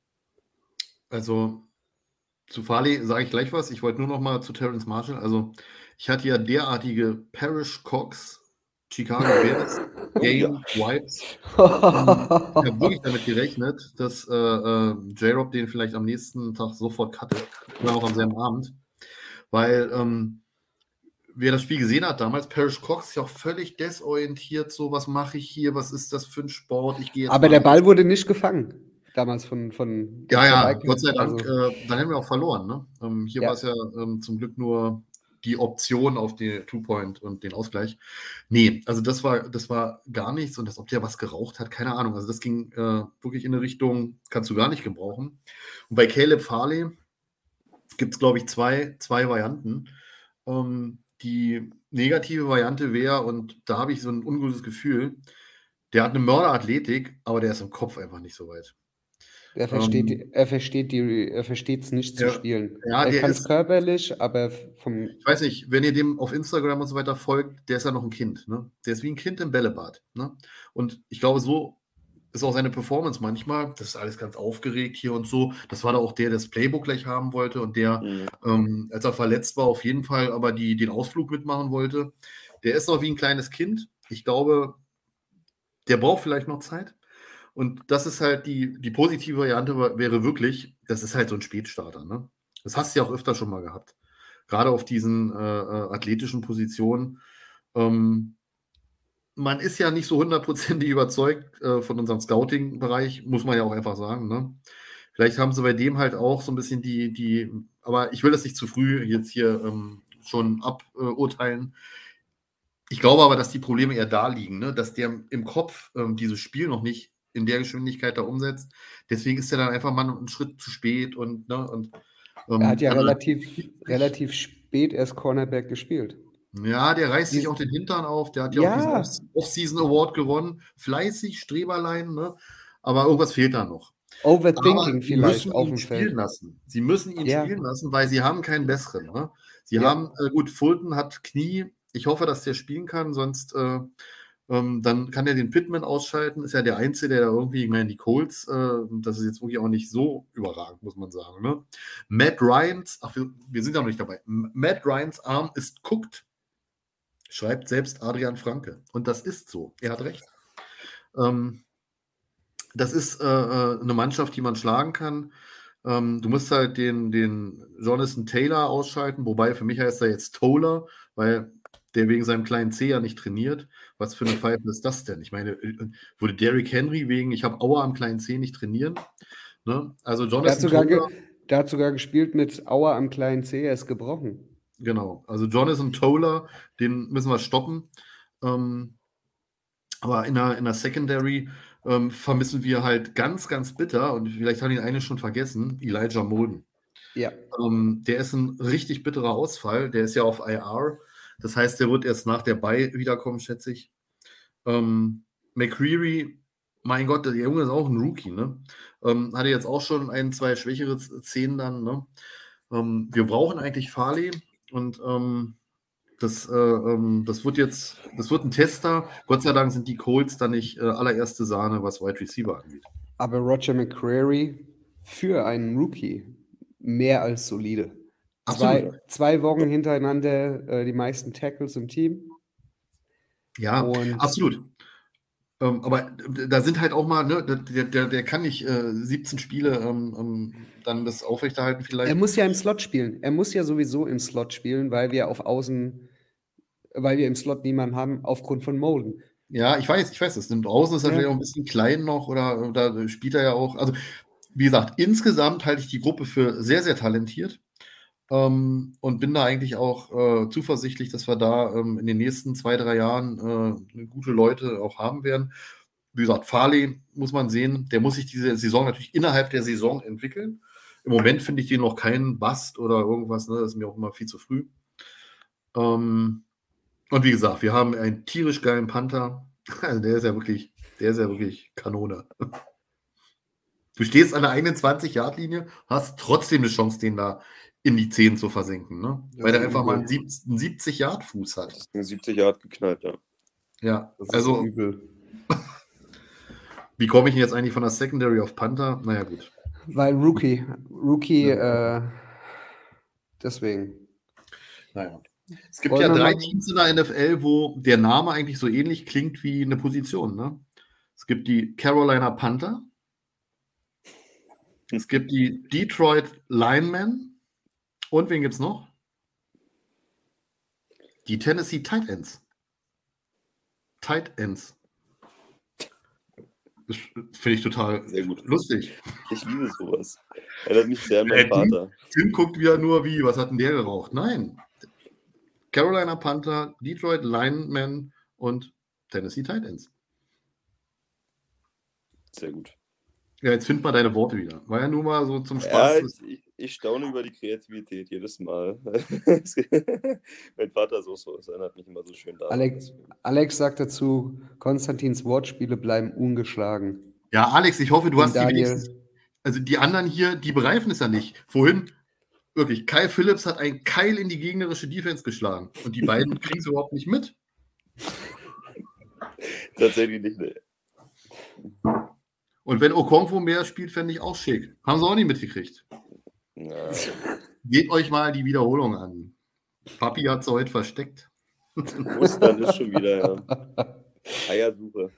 Also zu Farley sage ich gleich was. Ich wollte nur noch mal zu Terrence Marshall. Also ich hatte ja derartige Parrish Cox Chicago Bears Game Vibes. Ich habe wirklich damit gerechnet, dass J-Rob den vielleicht am nächsten Tag sofort cuttet oder auch am selben Abend, weil wer das Spiel gesehen hat damals, Parrish Cox ist ja auch völlig desorientiert, so was mache ich hier, was ist das für ein Sport, ich gehe jetzt Aber der Ball wurde nicht gefangen, damals von ja, Gott sei Dank, dann hätten wir auch verloren, ne? Hier war es ja zum Glück nur die Option auf die Two-Point und den Ausgleich. Nee, also das war gar nichts und ob der was geraucht hat, keine Ahnung. Also das ging wirklich in eine Richtung, kannst du gar nicht gebrauchen. Und bei Caleb Farley gibt es, glaube ich, zwei Varianten. Die negative Variante wäre, und da habe ich so ein ungutes Gefühl, der hat eine Mörderathletik, aber der ist im Kopf einfach nicht so weit. Er versteht es nicht zu spielen. Ja, er kann es körperlich, aber vom. Ich weiß nicht, wenn ihr dem auf Instagram und so weiter folgt, der ist ja noch ein Kind. Ne? Der ist wie ein Kind im Bällebad. Ne? Und ich glaube, so ist auch seine Performance manchmal. Das ist alles ganz aufgeregt hier und so. Das war da auch der das Playbook gleich haben wollte und der, als er verletzt war, auf jeden Fall aber den Ausflug mitmachen wollte. Der ist noch wie ein kleines Kind. Ich glaube, der braucht vielleicht noch Zeit. Und das ist halt die positive Variante wäre wirklich, das ist halt so ein Spätstarter. Ne? Das hast du ja auch öfter schon mal gehabt. Gerade auf diesen athletischen Positionen. Man ist ja nicht so 100% überzeugt von unserem Scouting-Bereich, muss man ja auch einfach sagen. Ne? Vielleicht haben sie bei dem halt auch so ein bisschen aber ich will das nicht zu früh jetzt hier schon aburteilen. Ich glaube aber, dass die Probleme eher da liegen, ne? Dass der im Kopf dieses Spiel noch nicht in der Geschwindigkeit da umsetzt. Deswegen ist er dann einfach mal einen Schritt zu spät er hat ja relativ spät erst Cornerback gespielt. Ja, der reißt sich auch den Hintern auf. Der hat ja auch diesen Off-Season Award gewonnen. Fleißig, Streberlein, ne? Aber irgendwas fehlt da noch. Overthinking vielleicht auf dem Feld. Sie müssen ihn spielen lassen, weil sie haben keinen besseren. Ne? Sie haben, gut, Fulton hat Knie. Ich hoffe, dass der spielen kann, sonst dann kann er den Pittman ausschalten. Ist ja der Einzige, der da irgendwie, ich meine, die Colts, das ist jetzt wirklich auch nicht so überragend, muss man sagen. Ne? Matt Ryans, wir sind ja noch nicht dabei. Matt Ryans Arm ist guckt, schreibt selbst Adrian Franke. Und das ist so. Er hat recht. Das ist eine Mannschaft, die man schlagen kann. Du musst halt den Jonathan Taylor ausschalten, wobei für mich heißt er jetzt Toller, weil der wegen seinem kleinen C ja nicht trainiert. Was für eine Pfeife ist das denn? Ich meine, würde Derrick Henry wegen, ich habe Aua am kleinen C nicht trainieren? Ne? Also Jonathan Taylor. Der hat sogar gespielt mit Aua am kleinen C, er ist gebrochen. Genau. Also Jonathan Toller, den müssen wir stoppen. Aber in der Secondary vermissen wir halt ganz, ganz bitter, und vielleicht haben die einen schon vergessen, Elijah Molden. Ja. Der ist ein richtig bitterer Ausfall. Der ist ja auf IR. Das heißt, der wird erst nach der Bye wiederkommen, schätze ich. McCreary, mein Gott, der Junge ist auch ein Rookie, ne? Hatte jetzt auch schon 1, 2 schwächere Szenen dann, ne? Wir brauchen eigentlich Farley, und das wird ein Tester. Gott sei Dank sind die Colts dann nicht allererste Sahne, was Wide Receiver angeht. Aber Roger McCreary für einen Rookie mehr als solide. Absolut. Zwei Wochen hintereinander die meisten Tackles im Team. Ja, Und absolut. Aber da sind halt auch mal, ne, der kann nicht 17 Spiele dann das aufrechterhalten vielleicht. er muss ja im Slot spielen. Er muss ja sowieso im Slot spielen, weil wir im Slot niemanden haben, aufgrund von Molden. Ja, ich weiß, das nimmt draußen, ist er Ja. vielleicht auch ein bisschen klein noch, oder da spielt er ja auch. Also, wie gesagt, insgesamt halte ich die Gruppe für sehr, sehr talentiert, und bin da eigentlich auch zuversichtlich, dass wir da in den nächsten 2, 3 Jahren gute Leute auch haben werden. Wie gesagt, Farley muss man sehen, der muss sich diese Saison natürlich innerhalb der Saison entwickeln. Im Moment finde ich den noch keinen Bust oder irgendwas, ne? Das ist mir auch immer viel zu früh. Und wie gesagt, wir haben einen tierisch geilen Panther. Also der ist ja wirklich Kanone. Du stehst an der eigenen 20-Yard-Linie, hast trotzdem eine Chance, den da in die 10 zu versenken, ne? Weil der einfach mal einen 70-Yard-Fuß hat. Das ist ein 70 Yard geknallt, ja. Ja, Das ist also übel. wie komme ich denn jetzt eigentlich von der Secondary auf Panther? Naja, gut. Weil Rookie, deswegen. Naja. Es gibt Wollen ja wir 3 mal- Teams in der NFL, wo der Name eigentlich so ähnlich klingt wie eine Position, ne? Es gibt die Carolina Panther, es gibt die Detroit Linemen, und wen gibt es noch? Die Tennessee Tight Ends. Tight Ends. Das finde ich total Sehr gut. lustig. Ich liebe sowas. Erinnert mich sehr an meinen Vater. Tim guckt wieder nur, was hat denn der geraucht? Nein. Carolina Panther, Detroit Linemen und Tennessee Tight Ends. Sehr gut. Ja, jetzt find mal deine Worte wieder. War ja nur mal so zum Ja, Spaß. ich staune über die Kreativität jedes Mal. Mein Vater ist auch so, das erinnert mich immer so schön daran. Alex sagt dazu, Konstantins Wortspiele bleiben ungeschlagen. Ja, Alex, ich hoffe, du Und hast die Daniel, wenigstens. Also die anderen hier, die begreifen es ja nicht. Vorhin, wirklich, Kyle Phillips hat einen Keil in die gegnerische Defense geschlagen. Und die beiden kriegen es überhaupt nicht mit. Tatsächlich nicht, ne. Und wenn Okonkwo mehr spielt, fände ich auch schick. Haben sie auch nicht mitgekriegt. Ja, Gebt euch mal die Wiederholung an. Papi hat sie heute versteckt. Ostern ist schon wieder, ja. Eiersuche.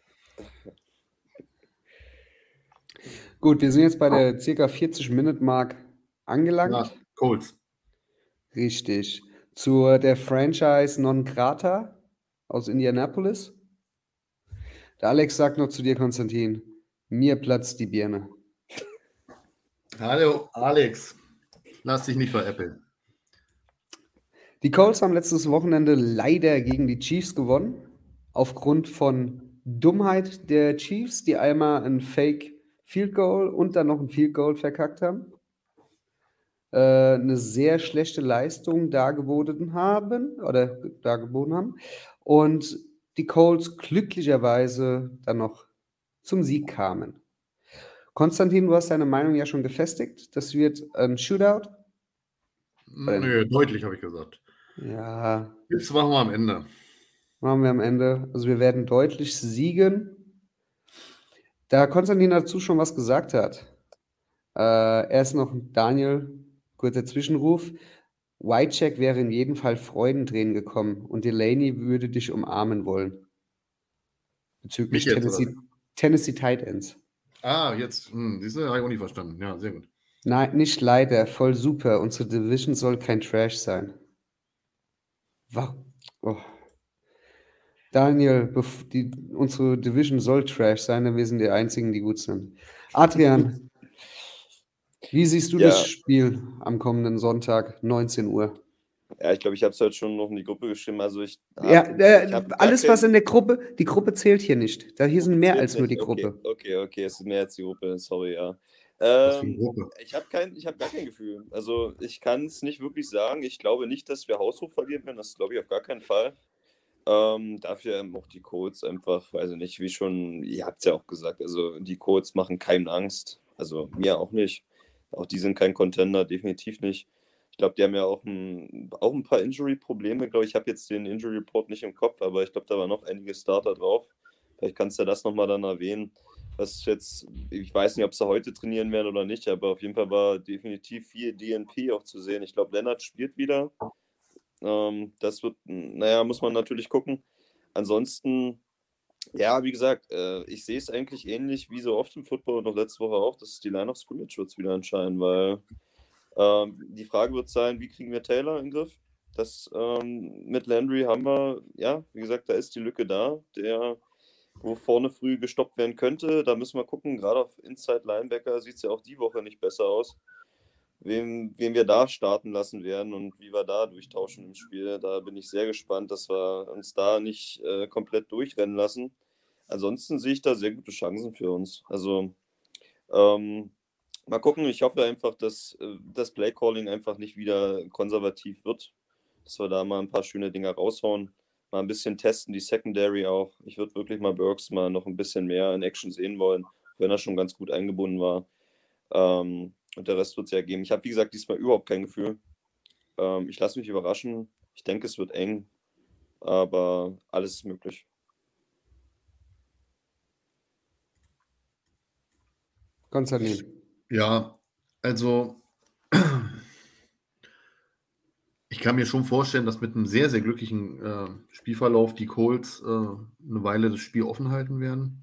gut, wir sind jetzt bei der ca. 40-Minute-Mark angelangt. Ja, Colts. Richtig. Zu der Franchise Non Grata aus Indianapolis. Der Alex sagt noch zu dir, Konstantin, mir platzt die Birne. Hallo, Alex. Lass dich nicht veräppeln. Die Colts haben letztes Wochenende leider gegen die Chiefs gewonnen. Aufgrund von Dummheit der Chiefs, die einmal ein Fake Field Goal und dann noch ein Field Goal verkackt haben. Eine sehr schlechte Leistung dargeboten haben. Und die Colts glücklicherweise dann noch zum Sieg kamen. Konstantin, du hast deine Meinung ja schon gefestigt. Das wird ein Shootout. Nö, deutlich, habe ich gesagt. Ja, Jetzt machen wir am Ende. machen wir am Ende. Also wir werden deutlich siegen. Da Konstantin dazu schon was gesagt hat, erst noch Daniel, kurzer Zwischenruf. Whitecheck wäre in jedem Fall Freudentränen gekommen und Delaney würde dich umarmen wollen. Bezüglich Mich jetzt, Tennessee Tight Ends. Ah, jetzt. Siehst du, habe ich auch nicht verstanden. Ja, sehr gut. Nein, nicht leider, voll super. Unsere Division soll kein Trash sein. Oh. Daniel, unsere Division soll Trash sein, denn wir sind die Einzigen, die gut sind. Adrian, Wie siehst du Ja. das Spiel am kommenden Sonntag, 19 Uhr? Ja, ich glaube, ich habe es heute schon noch in die Gruppe geschrieben. Also ich Ja, hab gar alles, was kein- in der Gruppe, die Gruppe zählt hier nicht. Hier sind mehr zählt als nur die nicht. Gruppe. Okay, es ist mehr als die Gruppe, sorry, ja. Was für eine Gruppe. Ich habe gar kein Gefühl. Also ich kann es nicht wirklich sagen. Ich glaube nicht, dass wir haushoch verlieren werden. Das glaube ich auf gar keinen Fall. Dafür auch die Colts einfach, weiß ich nicht, wie schon, ihr habt es ja auch gesagt, also die Colts machen keinem Angst. Also mir auch nicht. Auch die sind kein Contender, definitiv nicht. Ich glaube, die haben ja auch ein paar Injury-Probleme, glaube ich. Ich habe jetzt den Injury-Report nicht im Kopf, aber ich glaube, da waren noch einige Starter drauf. Vielleicht kannst du das nochmal dann erwähnen. Was jetzt, ich weiß nicht, ob sie heute trainieren werden oder nicht, aber auf jeden Fall war definitiv viel DNP auch zu sehen. Ich glaube, Lennart spielt wieder. Das wird, naja, muss man natürlich gucken. Ansonsten, ja, wie gesagt, ich sehe es eigentlich ähnlich wie so oft im Football und auch letzte Woche auch, dass die Line of Scrimmage wird wieder entscheiden, weil die Frage wird sein, wie kriegen wir Taylor in den Griff? Das mit Landry haben wir, ja, wie gesagt, da ist die Lücke da, wo vorne früh gestoppt werden könnte. Da müssen wir gucken, gerade auf Inside Linebacker sieht es ja auch die Woche nicht besser aus. Wen wir da starten lassen werden und wie wir da durchtauschen im Spiel. Da bin ich sehr gespannt, dass wir uns da nicht komplett durchrennen lassen. Ansonsten sehe ich da sehr gute Chancen für uns. Also mal gucken. Ich hoffe einfach, dass das Playcalling einfach nicht wieder konservativ wird. Dass wir da mal ein paar schöne Dinger raushauen. Mal ein bisschen testen, die Secondary auch. Ich würde wirklich mal Burks mal noch ein bisschen mehr in Action sehen wollen, wenn er schon ganz gut eingebunden war. Und der Rest wird es ja geben. Ich habe, wie gesagt, diesmal überhaupt kein Gefühl. Ich lasse mich überraschen. Ich denke, es wird eng, aber alles ist möglich. Konstantin. Ja, also ich kann mir schon vorstellen, dass mit einem sehr, sehr glücklichen Spielverlauf die Colts eine Weile das Spiel offen halten werden.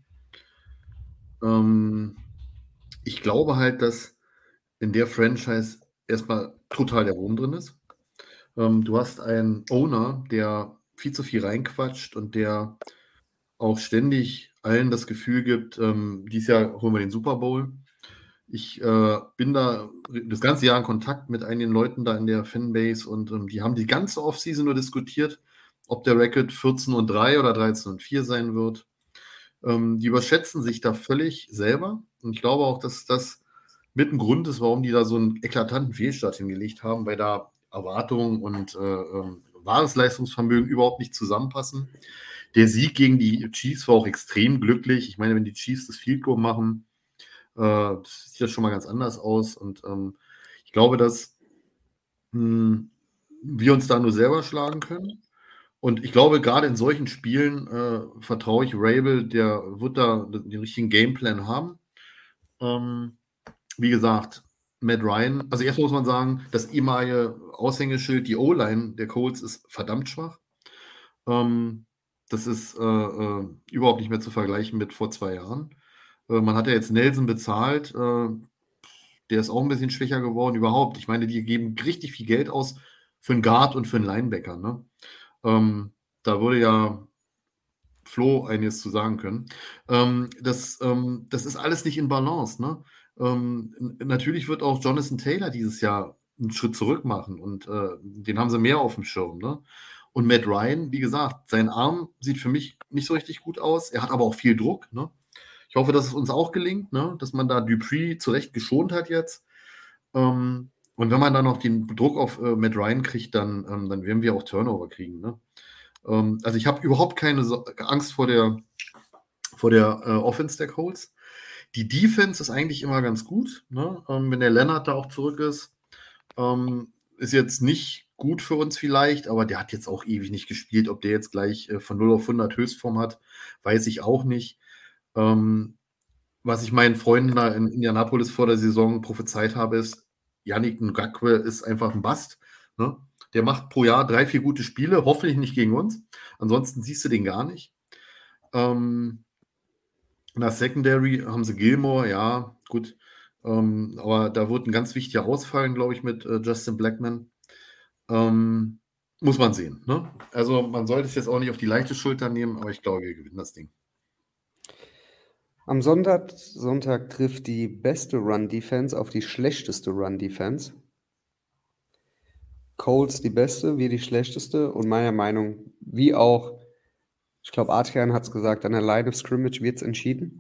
Ich glaube halt, dass in der Franchise erstmal total der Wurm drin ist. Du hast einen Owner, der viel zu viel reinquatscht und der auch ständig allen das Gefühl gibt, dieses Jahr holen wir den Super Bowl. Ich bin da das ganze Jahr in Kontakt mit einigen Leuten da in der Fanbase und die haben die ganze Offseason nur diskutiert, ob der Record 14-3 oder 13-4 sein wird. Die überschätzen sich da völlig selber und ich glaube auch, dass das mit ein Grund ist, warum die da so einen eklatanten Fehlstart hingelegt haben, weil da Erwartungen und wahres Leistungsvermögen überhaupt nicht zusammenpassen. Der Sieg gegen die Chiefs war auch extrem glücklich. Ich meine, wenn die Chiefs das Field Goal machen, das sieht ja schon mal ganz anders aus. Und ich glaube, dass wir uns da nur selber schlagen können. Und ich glaube, gerade in solchen Spielen vertraue ich Rabel, der wird da den richtigen Gameplan haben. Wie gesagt, Matt Ryan, also erst muss man sagen, das ehemalige Aushängeschild, die O-Line der Colts ist verdammt schwach. Das ist überhaupt nicht mehr zu vergleichen mit vor 2 Jahren. Man hat ja jetzt Nelson bezahlt, der ist auch ein bisschen schwächer geworden überhaupt. Ich meine, die geben richtig viel Geld aus für einen Guard und für einen Linebacker. Ne? Da würde ja Flo einiges zu sagen können. Das ist alles nicht in Balance. Ne? Natürlich wird auch Jonathan Taylor dieses Jahr einen Schritt zurück machen und den haben sie mehr auf dem Schirm. Ne? Und Matt Ryan, wie gesagt, sein Arm sieht für mich nicht so richtig gut aus. Er hat aber auch viel Druck. Ne? Ich hoffe, dass es uns auch gelingt, ne? Dass man da Dupree zurecht geschont hat jetzt. Und wenn man dann noch den Druck auf Matt Ryan kriegt, dann werden wir auch Turnover kriegen. Ne? Also ich habe überhaupt keine Angst vor der Offense der Colts. Die Defense ist eigentlich immer ganz gut, ne? Wenn der Lennart da auch zurück ist. Ist jetzt nicht gut für uns vielleicht, aber der hat jetzt auch ewig nicht gespielt. Ob der jetzt gleich von 0 auf 100 Höchstform hat, weiß ich auch nicht. Was ich meinen Freunden da in Indianapolis vor der Saison prophezeit habe, ist, Yannick Ngakoue ist einfach ein Bast. Ne? Der macht pro Jahr 3, 4 gute Spiele, hoffentlich nicht gegen uns. Ansonsten siehst du den gar nicht. In der Secondary haben sie Gilmore, ja, gut. Aber da wird ein ganz wichtiger ausfallen, glaube ich, mit Justin Blackman. Muss man sehen. Ne? Also man sollte es jetzt auch nicht auf die leichte Schulter nehmen, aber ich glaube, wir gewinnen das Ding. Am Sonntag trifft die beste Run-Defense auf die schlechteste Run-Defense. Colts die beste, wir die schlechteste und meiner Meinung, wie auch, ich glaube, Adrian hat es gesagt, an der Line of Scrimmage wird es entschieden.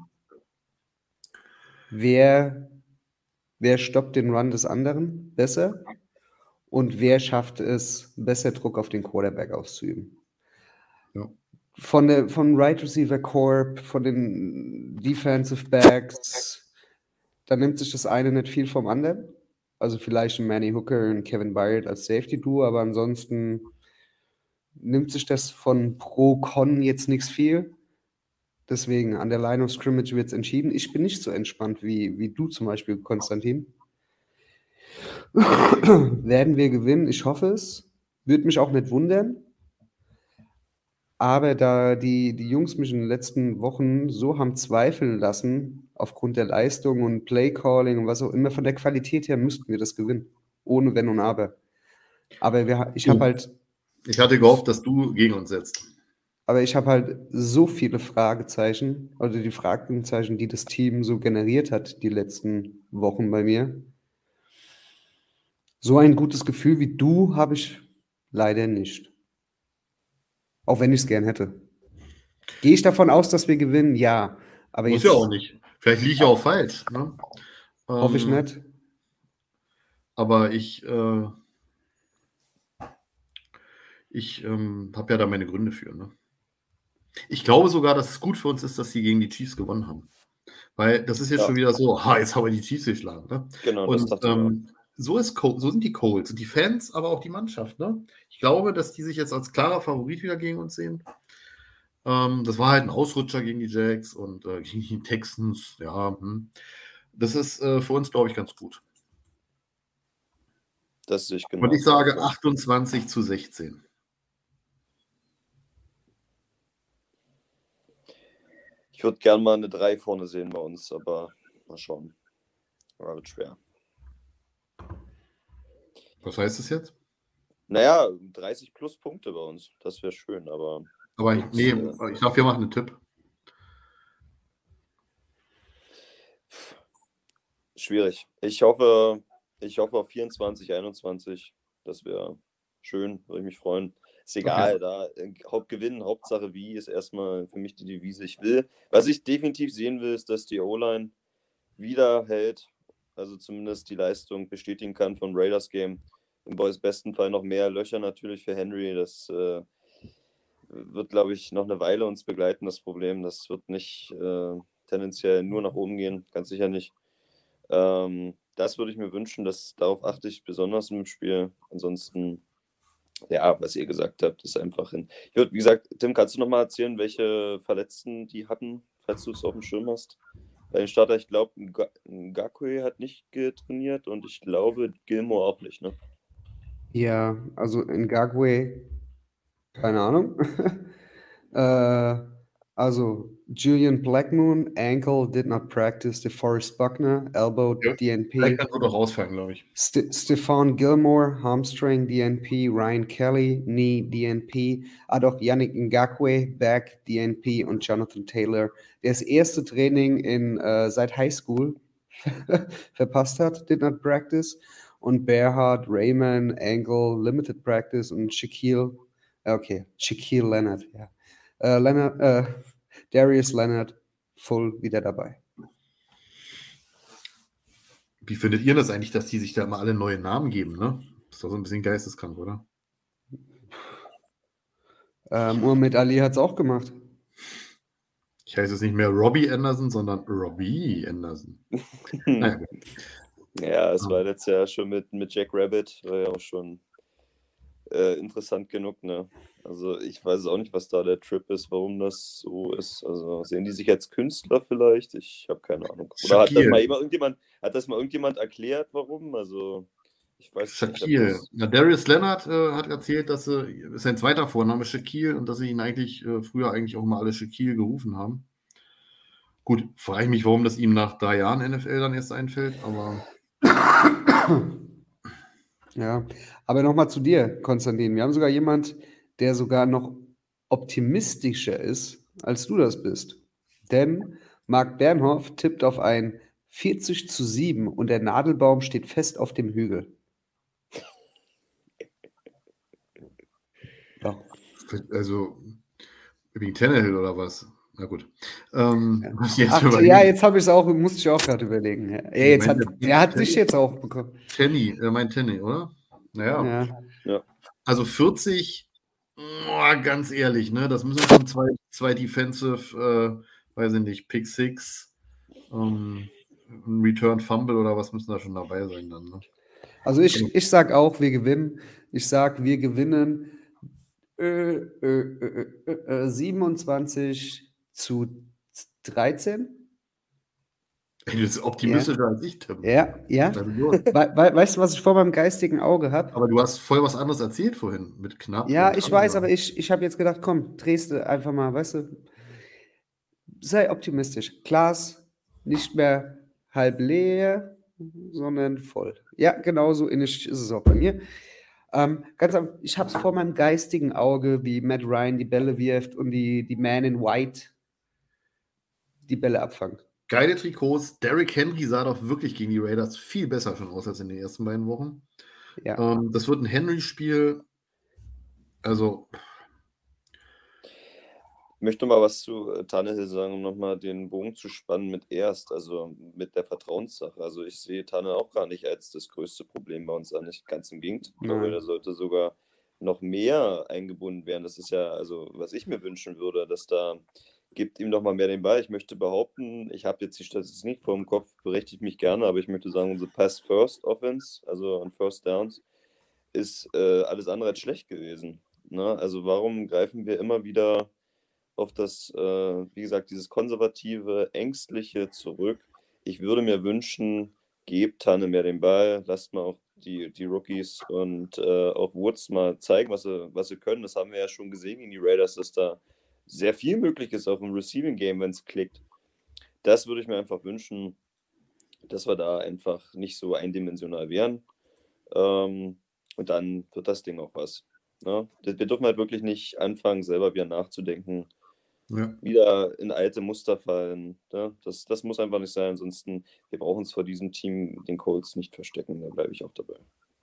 Wer stoppt den Run des anderen besser und wer schafft es, besser Druck auf den Quarterback auszuüben. Ja. Von Right Receiver Corp, von den Defensive Backs, da nimmt sich das eine nicht viel vom anderen. Also vielleicht ein Manny Hooker und Kevin Byard als Safety-Duo, aber ansonsten nimmt sich das von Pro-Con jetzt nichts viel. Deswegen an der Line of Scrimmage wird es entschieden. Ich bin nicht so entspannt wie du zum Beispiel, Konstantin. Werden wir gewinnen? Ich hoffe es. Würde mich auch nicht wundern. Aber da die Jungs mich in den letzten Wochen so haben zweifeln lassen, aufgrund der Leistung und Playcalling und was auch immer, von der Qualität her müssten wir das gewinnen. Ohne Wenn und Aber. Aber ich habe halt Ich hatte gehofft, dass du gegen uns setzt. Aber ich habe halt so viele Fragezeichen, also die Fragezeichen, die das Team so generiert hat, die letzten Wochen bei mir. So ein gutes Gefühl wie du habe ich leider nicht. Auch wenn ich es gern hätte. Gehe ich davon aus, dass wir gewinnen? Ja. Aber Muss jetzt ja auch nicht. Vielleicht liege ich auch falsch. Ne? hoffe ich nicht. Aber ich habe ja da meine Gründe für. Ne? Ich glaube sogar, dass es gut für uns ist, dass sie gegen die Chiefs gewonnen haben. Weil das ist jetzt schon wieder so, jetzt haben wir die Chiefs geschlagen. Ne? Genau, das dachte ich auch. So sind die Colts und die Fans, aber auch die Mannschaft. Ne? Ich glaube, dass die sich jetzt als klarer Favorit wieder gegen uns sehen. Das war halt ein Ausrutscher gegen die Jags und gegen die Texans. Ja, das ist für uns, glaube ich, ganz gut. Das sehe ich genau. Und ich sage 28-16. Ich würde gerne mal eine 3 vorne sehen bei uns, aber mal schauen. Aber wird schwer. Was heißt das jetzt? Naja, 30 plus Punkte bei uns. Das wäre schön, aber. Aber nee, ich glaube, wir machen einen Tipp. Schwierig. Ich hoffe auf 24, 21. Das wäre schön, würde ich mich freuen. Ist egal, Okay. da Hauptgewinnen, Hauptsache wie, ist erstmal für mich die Devise. Was ich definitiv sehen will, ist, dass die O-Line wieder hält, also zumindest die Leistung bestätigen kann vom Raiders-Game. Im besten Fall noch mehr Löcher natürlich für Henry. Das wird, glaube ich, noch eine Weile uns begleiten, das Problem. Das wird nicht tendenziell nur nach oben gehen, ganz sicher nicht. Das würde ich mir wünschen, darauf achte ich besonders im Spiel. Ansonsten, ja, was ihr gesagt habt, ist einfach wie gesagt, Tim, kannst du nochmal erzählen, welche Verletzten die hatten, falls du es auf dem Schirm hast? Bei den Starter, ich glaube, Ngakwe hat nicht getrainiert und ich glaube, Gilmore auch nicht, ne? Ja, also Ngakwe, keine Ahnung. Also Julian Blackmoon, ankle, did not practice. DeForest Buckner, elbow, Ja, DNP. Vielleicht kann er doch rausfallen, glaube ich. Stephon Gilmore, hamstring, DNP. Ryan Kelly, knee, DNP. Doch Yannick Ngakwe, back, DNP. Und Jonathan Taylor, der das erste Training seit High School verpasst hat, did not practice. Und Berhard, Raymond, ankle, limited practice. Und Shaquille Leonard, ja. Darius Leonard, full wieder dabei. Wie findet ihr das eigentlich, dass die sich da immer alle neue Namen geben, ne? Das ist doch so ein bisschen geisteskrank, oder? Muhammad Ali hat es auch gemacht. Ich heiße jetzt nicht mehr Robbie Anderson, sondern Robbie Anderson. Naja, gut. Ja, es war letztes Jahr schon mit Jack Rabbit, war ja auch schon interessant genug, ne? Also ich weiß auch nicht, was da der Trip ist, warum das so ist. Also sehen die sich als Künstler vielleicht? Ich habe keine Ahnung. Oder hat das mal irgendjemand erklärt, warum? Also ich weiß Shaquille. nicht. Darius Leonard hat erzählt, dass ist sein zweiter Vorname Shaquille und dass sie ihn eigentlich früher auch mal alle Shaquille gerufen haben. Gut, frage ich mich, warum das ihm nach 3 Jahren NFL dann erst einfällt, aber Ja, aber nochmal zu dir, Konstantin. Wir haben sogar jemand, der sogar noch optimistischer ist, als du das bist. Denn Marc Bernhoff tippt auf ein 40-7 und der Nadelbaum steht fest auf dem Hügel. Ja. Also, wegen Tannehill oder was? Na gut. Was jetzt Ach, überlegen? ja, jetzt habe ich es auch, musste ich auch gerade überlegen. Ja, jetzt hat, Meint der hat dich jetzt auch bekommen. Mein Tenny, oder? Naja. Ja. Also 40, ganz ehrlich, ne? Das müssen schon zwei Defensive, weiß ich nicht, Pick Six, ein Return Fumble oder was müssen da schon dabei sein dann, ne? Also ich sag auch, wir gewinnen. Ich sag, wir gewinnen 27-13. Ey, du bist optimistischer als ich, Tim. Ja. Weißt du, was ich vor meinem geistigen Auge habe? Aber du hast voll was anderes erzählt vorhin mit knapp. Ja, und ich weiß, Kamera. aber ich habe jetzt gedacht, komm, drehst du einfach mal, weißt du, sei optimistisch. Glas nicht mehr halb leer, sondern voll. Ja, genauso ähnlich ist es auch bei mir. Ich habe es vor meinem geistigen Auge, wie Matt Ryan die Bälle wirft und die Man in White die Bälle abfangen. Geile Trikots. Derrick Henry sah doch wirklich gegen die Raiders viel besser schon aus als in den ersten beiden Wochen. Ja. Das wird ein Henry-Spiel. Also, Ich möchte mal was zu Tannehill sagen, um nochmal den Bogen zu spannen mit also mit der Vertrauenssache. Also ich sehe Tannehill auch gar nicht als das größte Problem bei uns an, nicht ganz im Gegenteil. Ich glaube, der sollte sogar noch mehr eingebunden werden. Das ist ja, also was ich mir wünschen würde, dass da gibt ihm noch mal mehr den Ball. Ich möchte behaupten, ich habe jetzt die Statistik nicht vor dem Kopf, berichtige mich gerne, aber ich möchte sagen, unsere Pass-First-Offense, also an First Downs, ist alles andere als schlecht gewesen. Ne? Also warum greifen wir immer wieder auf das, wie gesagt, dieses konservative, ängstliche zurück? Ich würde mir wünschen, gebt Tanne mehr den Ball, lasst mal auch die Rookies und auch Woods mal zeigen, was sie können. Das haben wir ja schon gesehen in die Raiders, dass da sehr viel möglich ist auf dem Receiving Game, wenn es klickt. Das würde ich mir einfach wünschen, dass wir da einfach nicht so eindimensional wären. Und dann wird das Ding auch was. Ne? Wir dürfen halt wirklich nicht anfangen, selber wieder nachzudenken, wieder in alte Muster fallen. Ne? Das muss einfach nicht sein. Ansonsten, wir brauchen uns vor diesem Team, den Colts, nicht verstecken. Da bleibe ich auch dabei.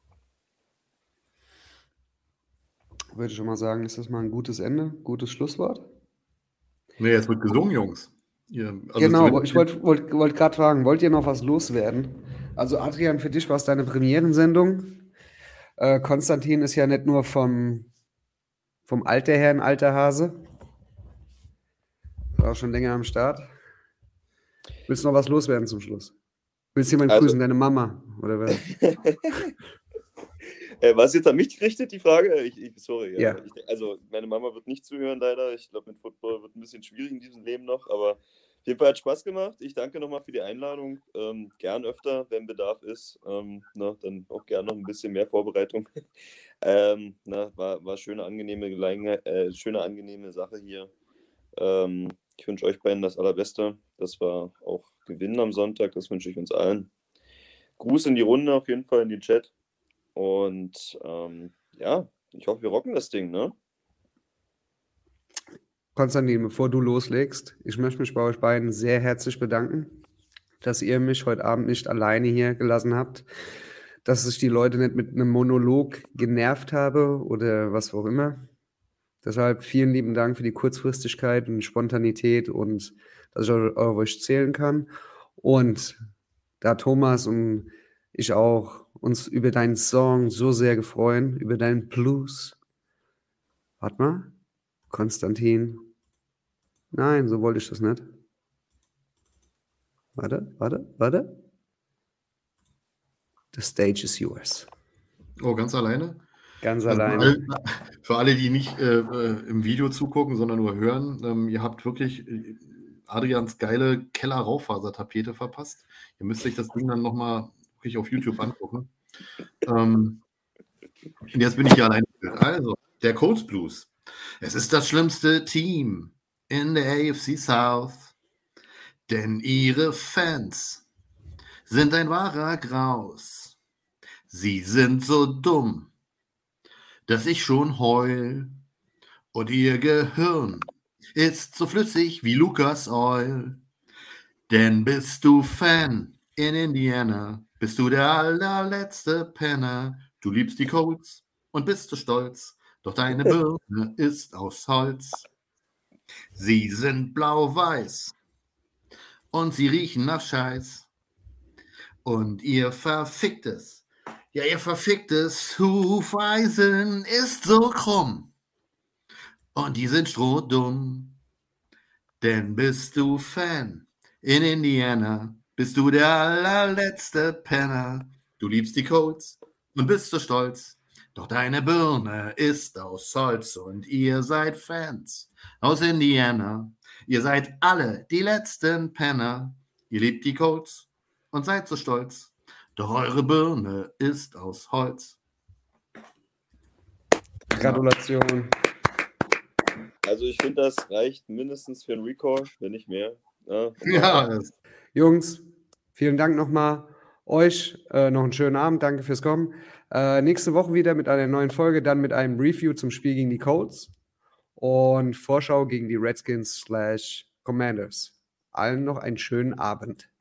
Würde ich schon mal sagen, ist das mal ein gutes Ende, gutes Schlusswort? Nee, jetzt wird gesungen, Jungs. Genau, ich wollte gerade fragen, wollt ihr noch was loswerden? Also Adrian, für dich war es deine Premierensendung. Konstantin ist ja nicht nur vom Alter her ein alter Hase. War auch schon länger am Start. Willst du noch was loswerden zum Schluss? Willst du jemanden grüßen, deine Mama? Oder was? War es jetzt an mich gerichtet, die Frage? Sorry. Ja. Also, meine Mama wird nicht zuhören, leider. Ich glaube, mit Football wird ein bisschen schwierig in diesem Leben noch. Aber auf jeden Fall hat Spaß gemacht. Ich danke nochmal für die Einladung. Gern öfter, wenn Bedarf ist. Dann auch gern noch ein bisschen mehr Vorbereitung. War schöne, angenehme Sache hier. Ich wünsche euch beiden das Allerbeste. Das war auch gewinnen am Sonntag. Das wünsche ich uns allen. Gruß in die Runde auf jeden Fall, in den Chat. Und ich hoffe, wir rocken das Ding, ne? Konstantin, bevor du loslegst, ich möchte mich bei euch beiden sehr herzlich bedanken, dass ihr mich heute Abend nicht alleine hier gelassen habt, dass ich die Leute nicht mit einem Monolog genervt habe oder was auch immer. Deshalb vielen lieben Dank für die Kurzfristigkeit und Spontanität und dass ich auf euch zählen kann. Und da Thomas und ich auch uns über deinen Song so sehr gefreut, über deinen Blues. Warte mal. Konstantin. Nein, so wollte ich das nicht. Warte. The stage is yours. Oh, ganz alleine? Ganz alleine. Für alle, die nicht im Video zugucken, sondern nur hören, ihr habt wirklich Adrians geile Keller-Raufasertapete verpasst. Ihr müsst euch das Ding dann nochmal wirklich auf YouTube angucken. Und jetzt bin ich hier alleine. Also, der Colts Blues. Es ist das schlimmste Team in der AFC South, denn ihre Fans sind ein wahrer Graus. Sie sind so dumm, dass ich schon heul, und ihr Gehirn ist so flüssig wie Lucas Oil. Denn bist du Fan in Indiana, bist du der allerletzte Penner. Du liebst die Colts und bist so stolz, doch deine Birne ist aus Holz. Sie sind blau-weiß und sie riechen nach Scheiß. Und ihr verficktes Hufeisen ist so krumm. Und die sind strohdumm. Denn bist du Fan in Indiana, bist du der allerletzte Penner. Du liebst die Colts und bist so stolz, doch deine Birne ist aus Holz und ihr seid Fans aus Indiana. Ihr seid alle die letzten Penner. Ihr liebt die Colts und seid so stolz, doch eure Birne ist aus Holz. Gratulation. Also ich finde, das reicht mindestens für einen Recall, wenn nicht mehr. Ja, Jungs, vielen Dank nochmal. Euch noch einen schönen Abend. Danke fürs Kommen. Nächste Woche wieder mit einer neuen Folge, dann mit einem Review zum Spiel gegen die Colts und Vorschau gegen die Redskins/Commanders. Allen noch einen schönen Abend.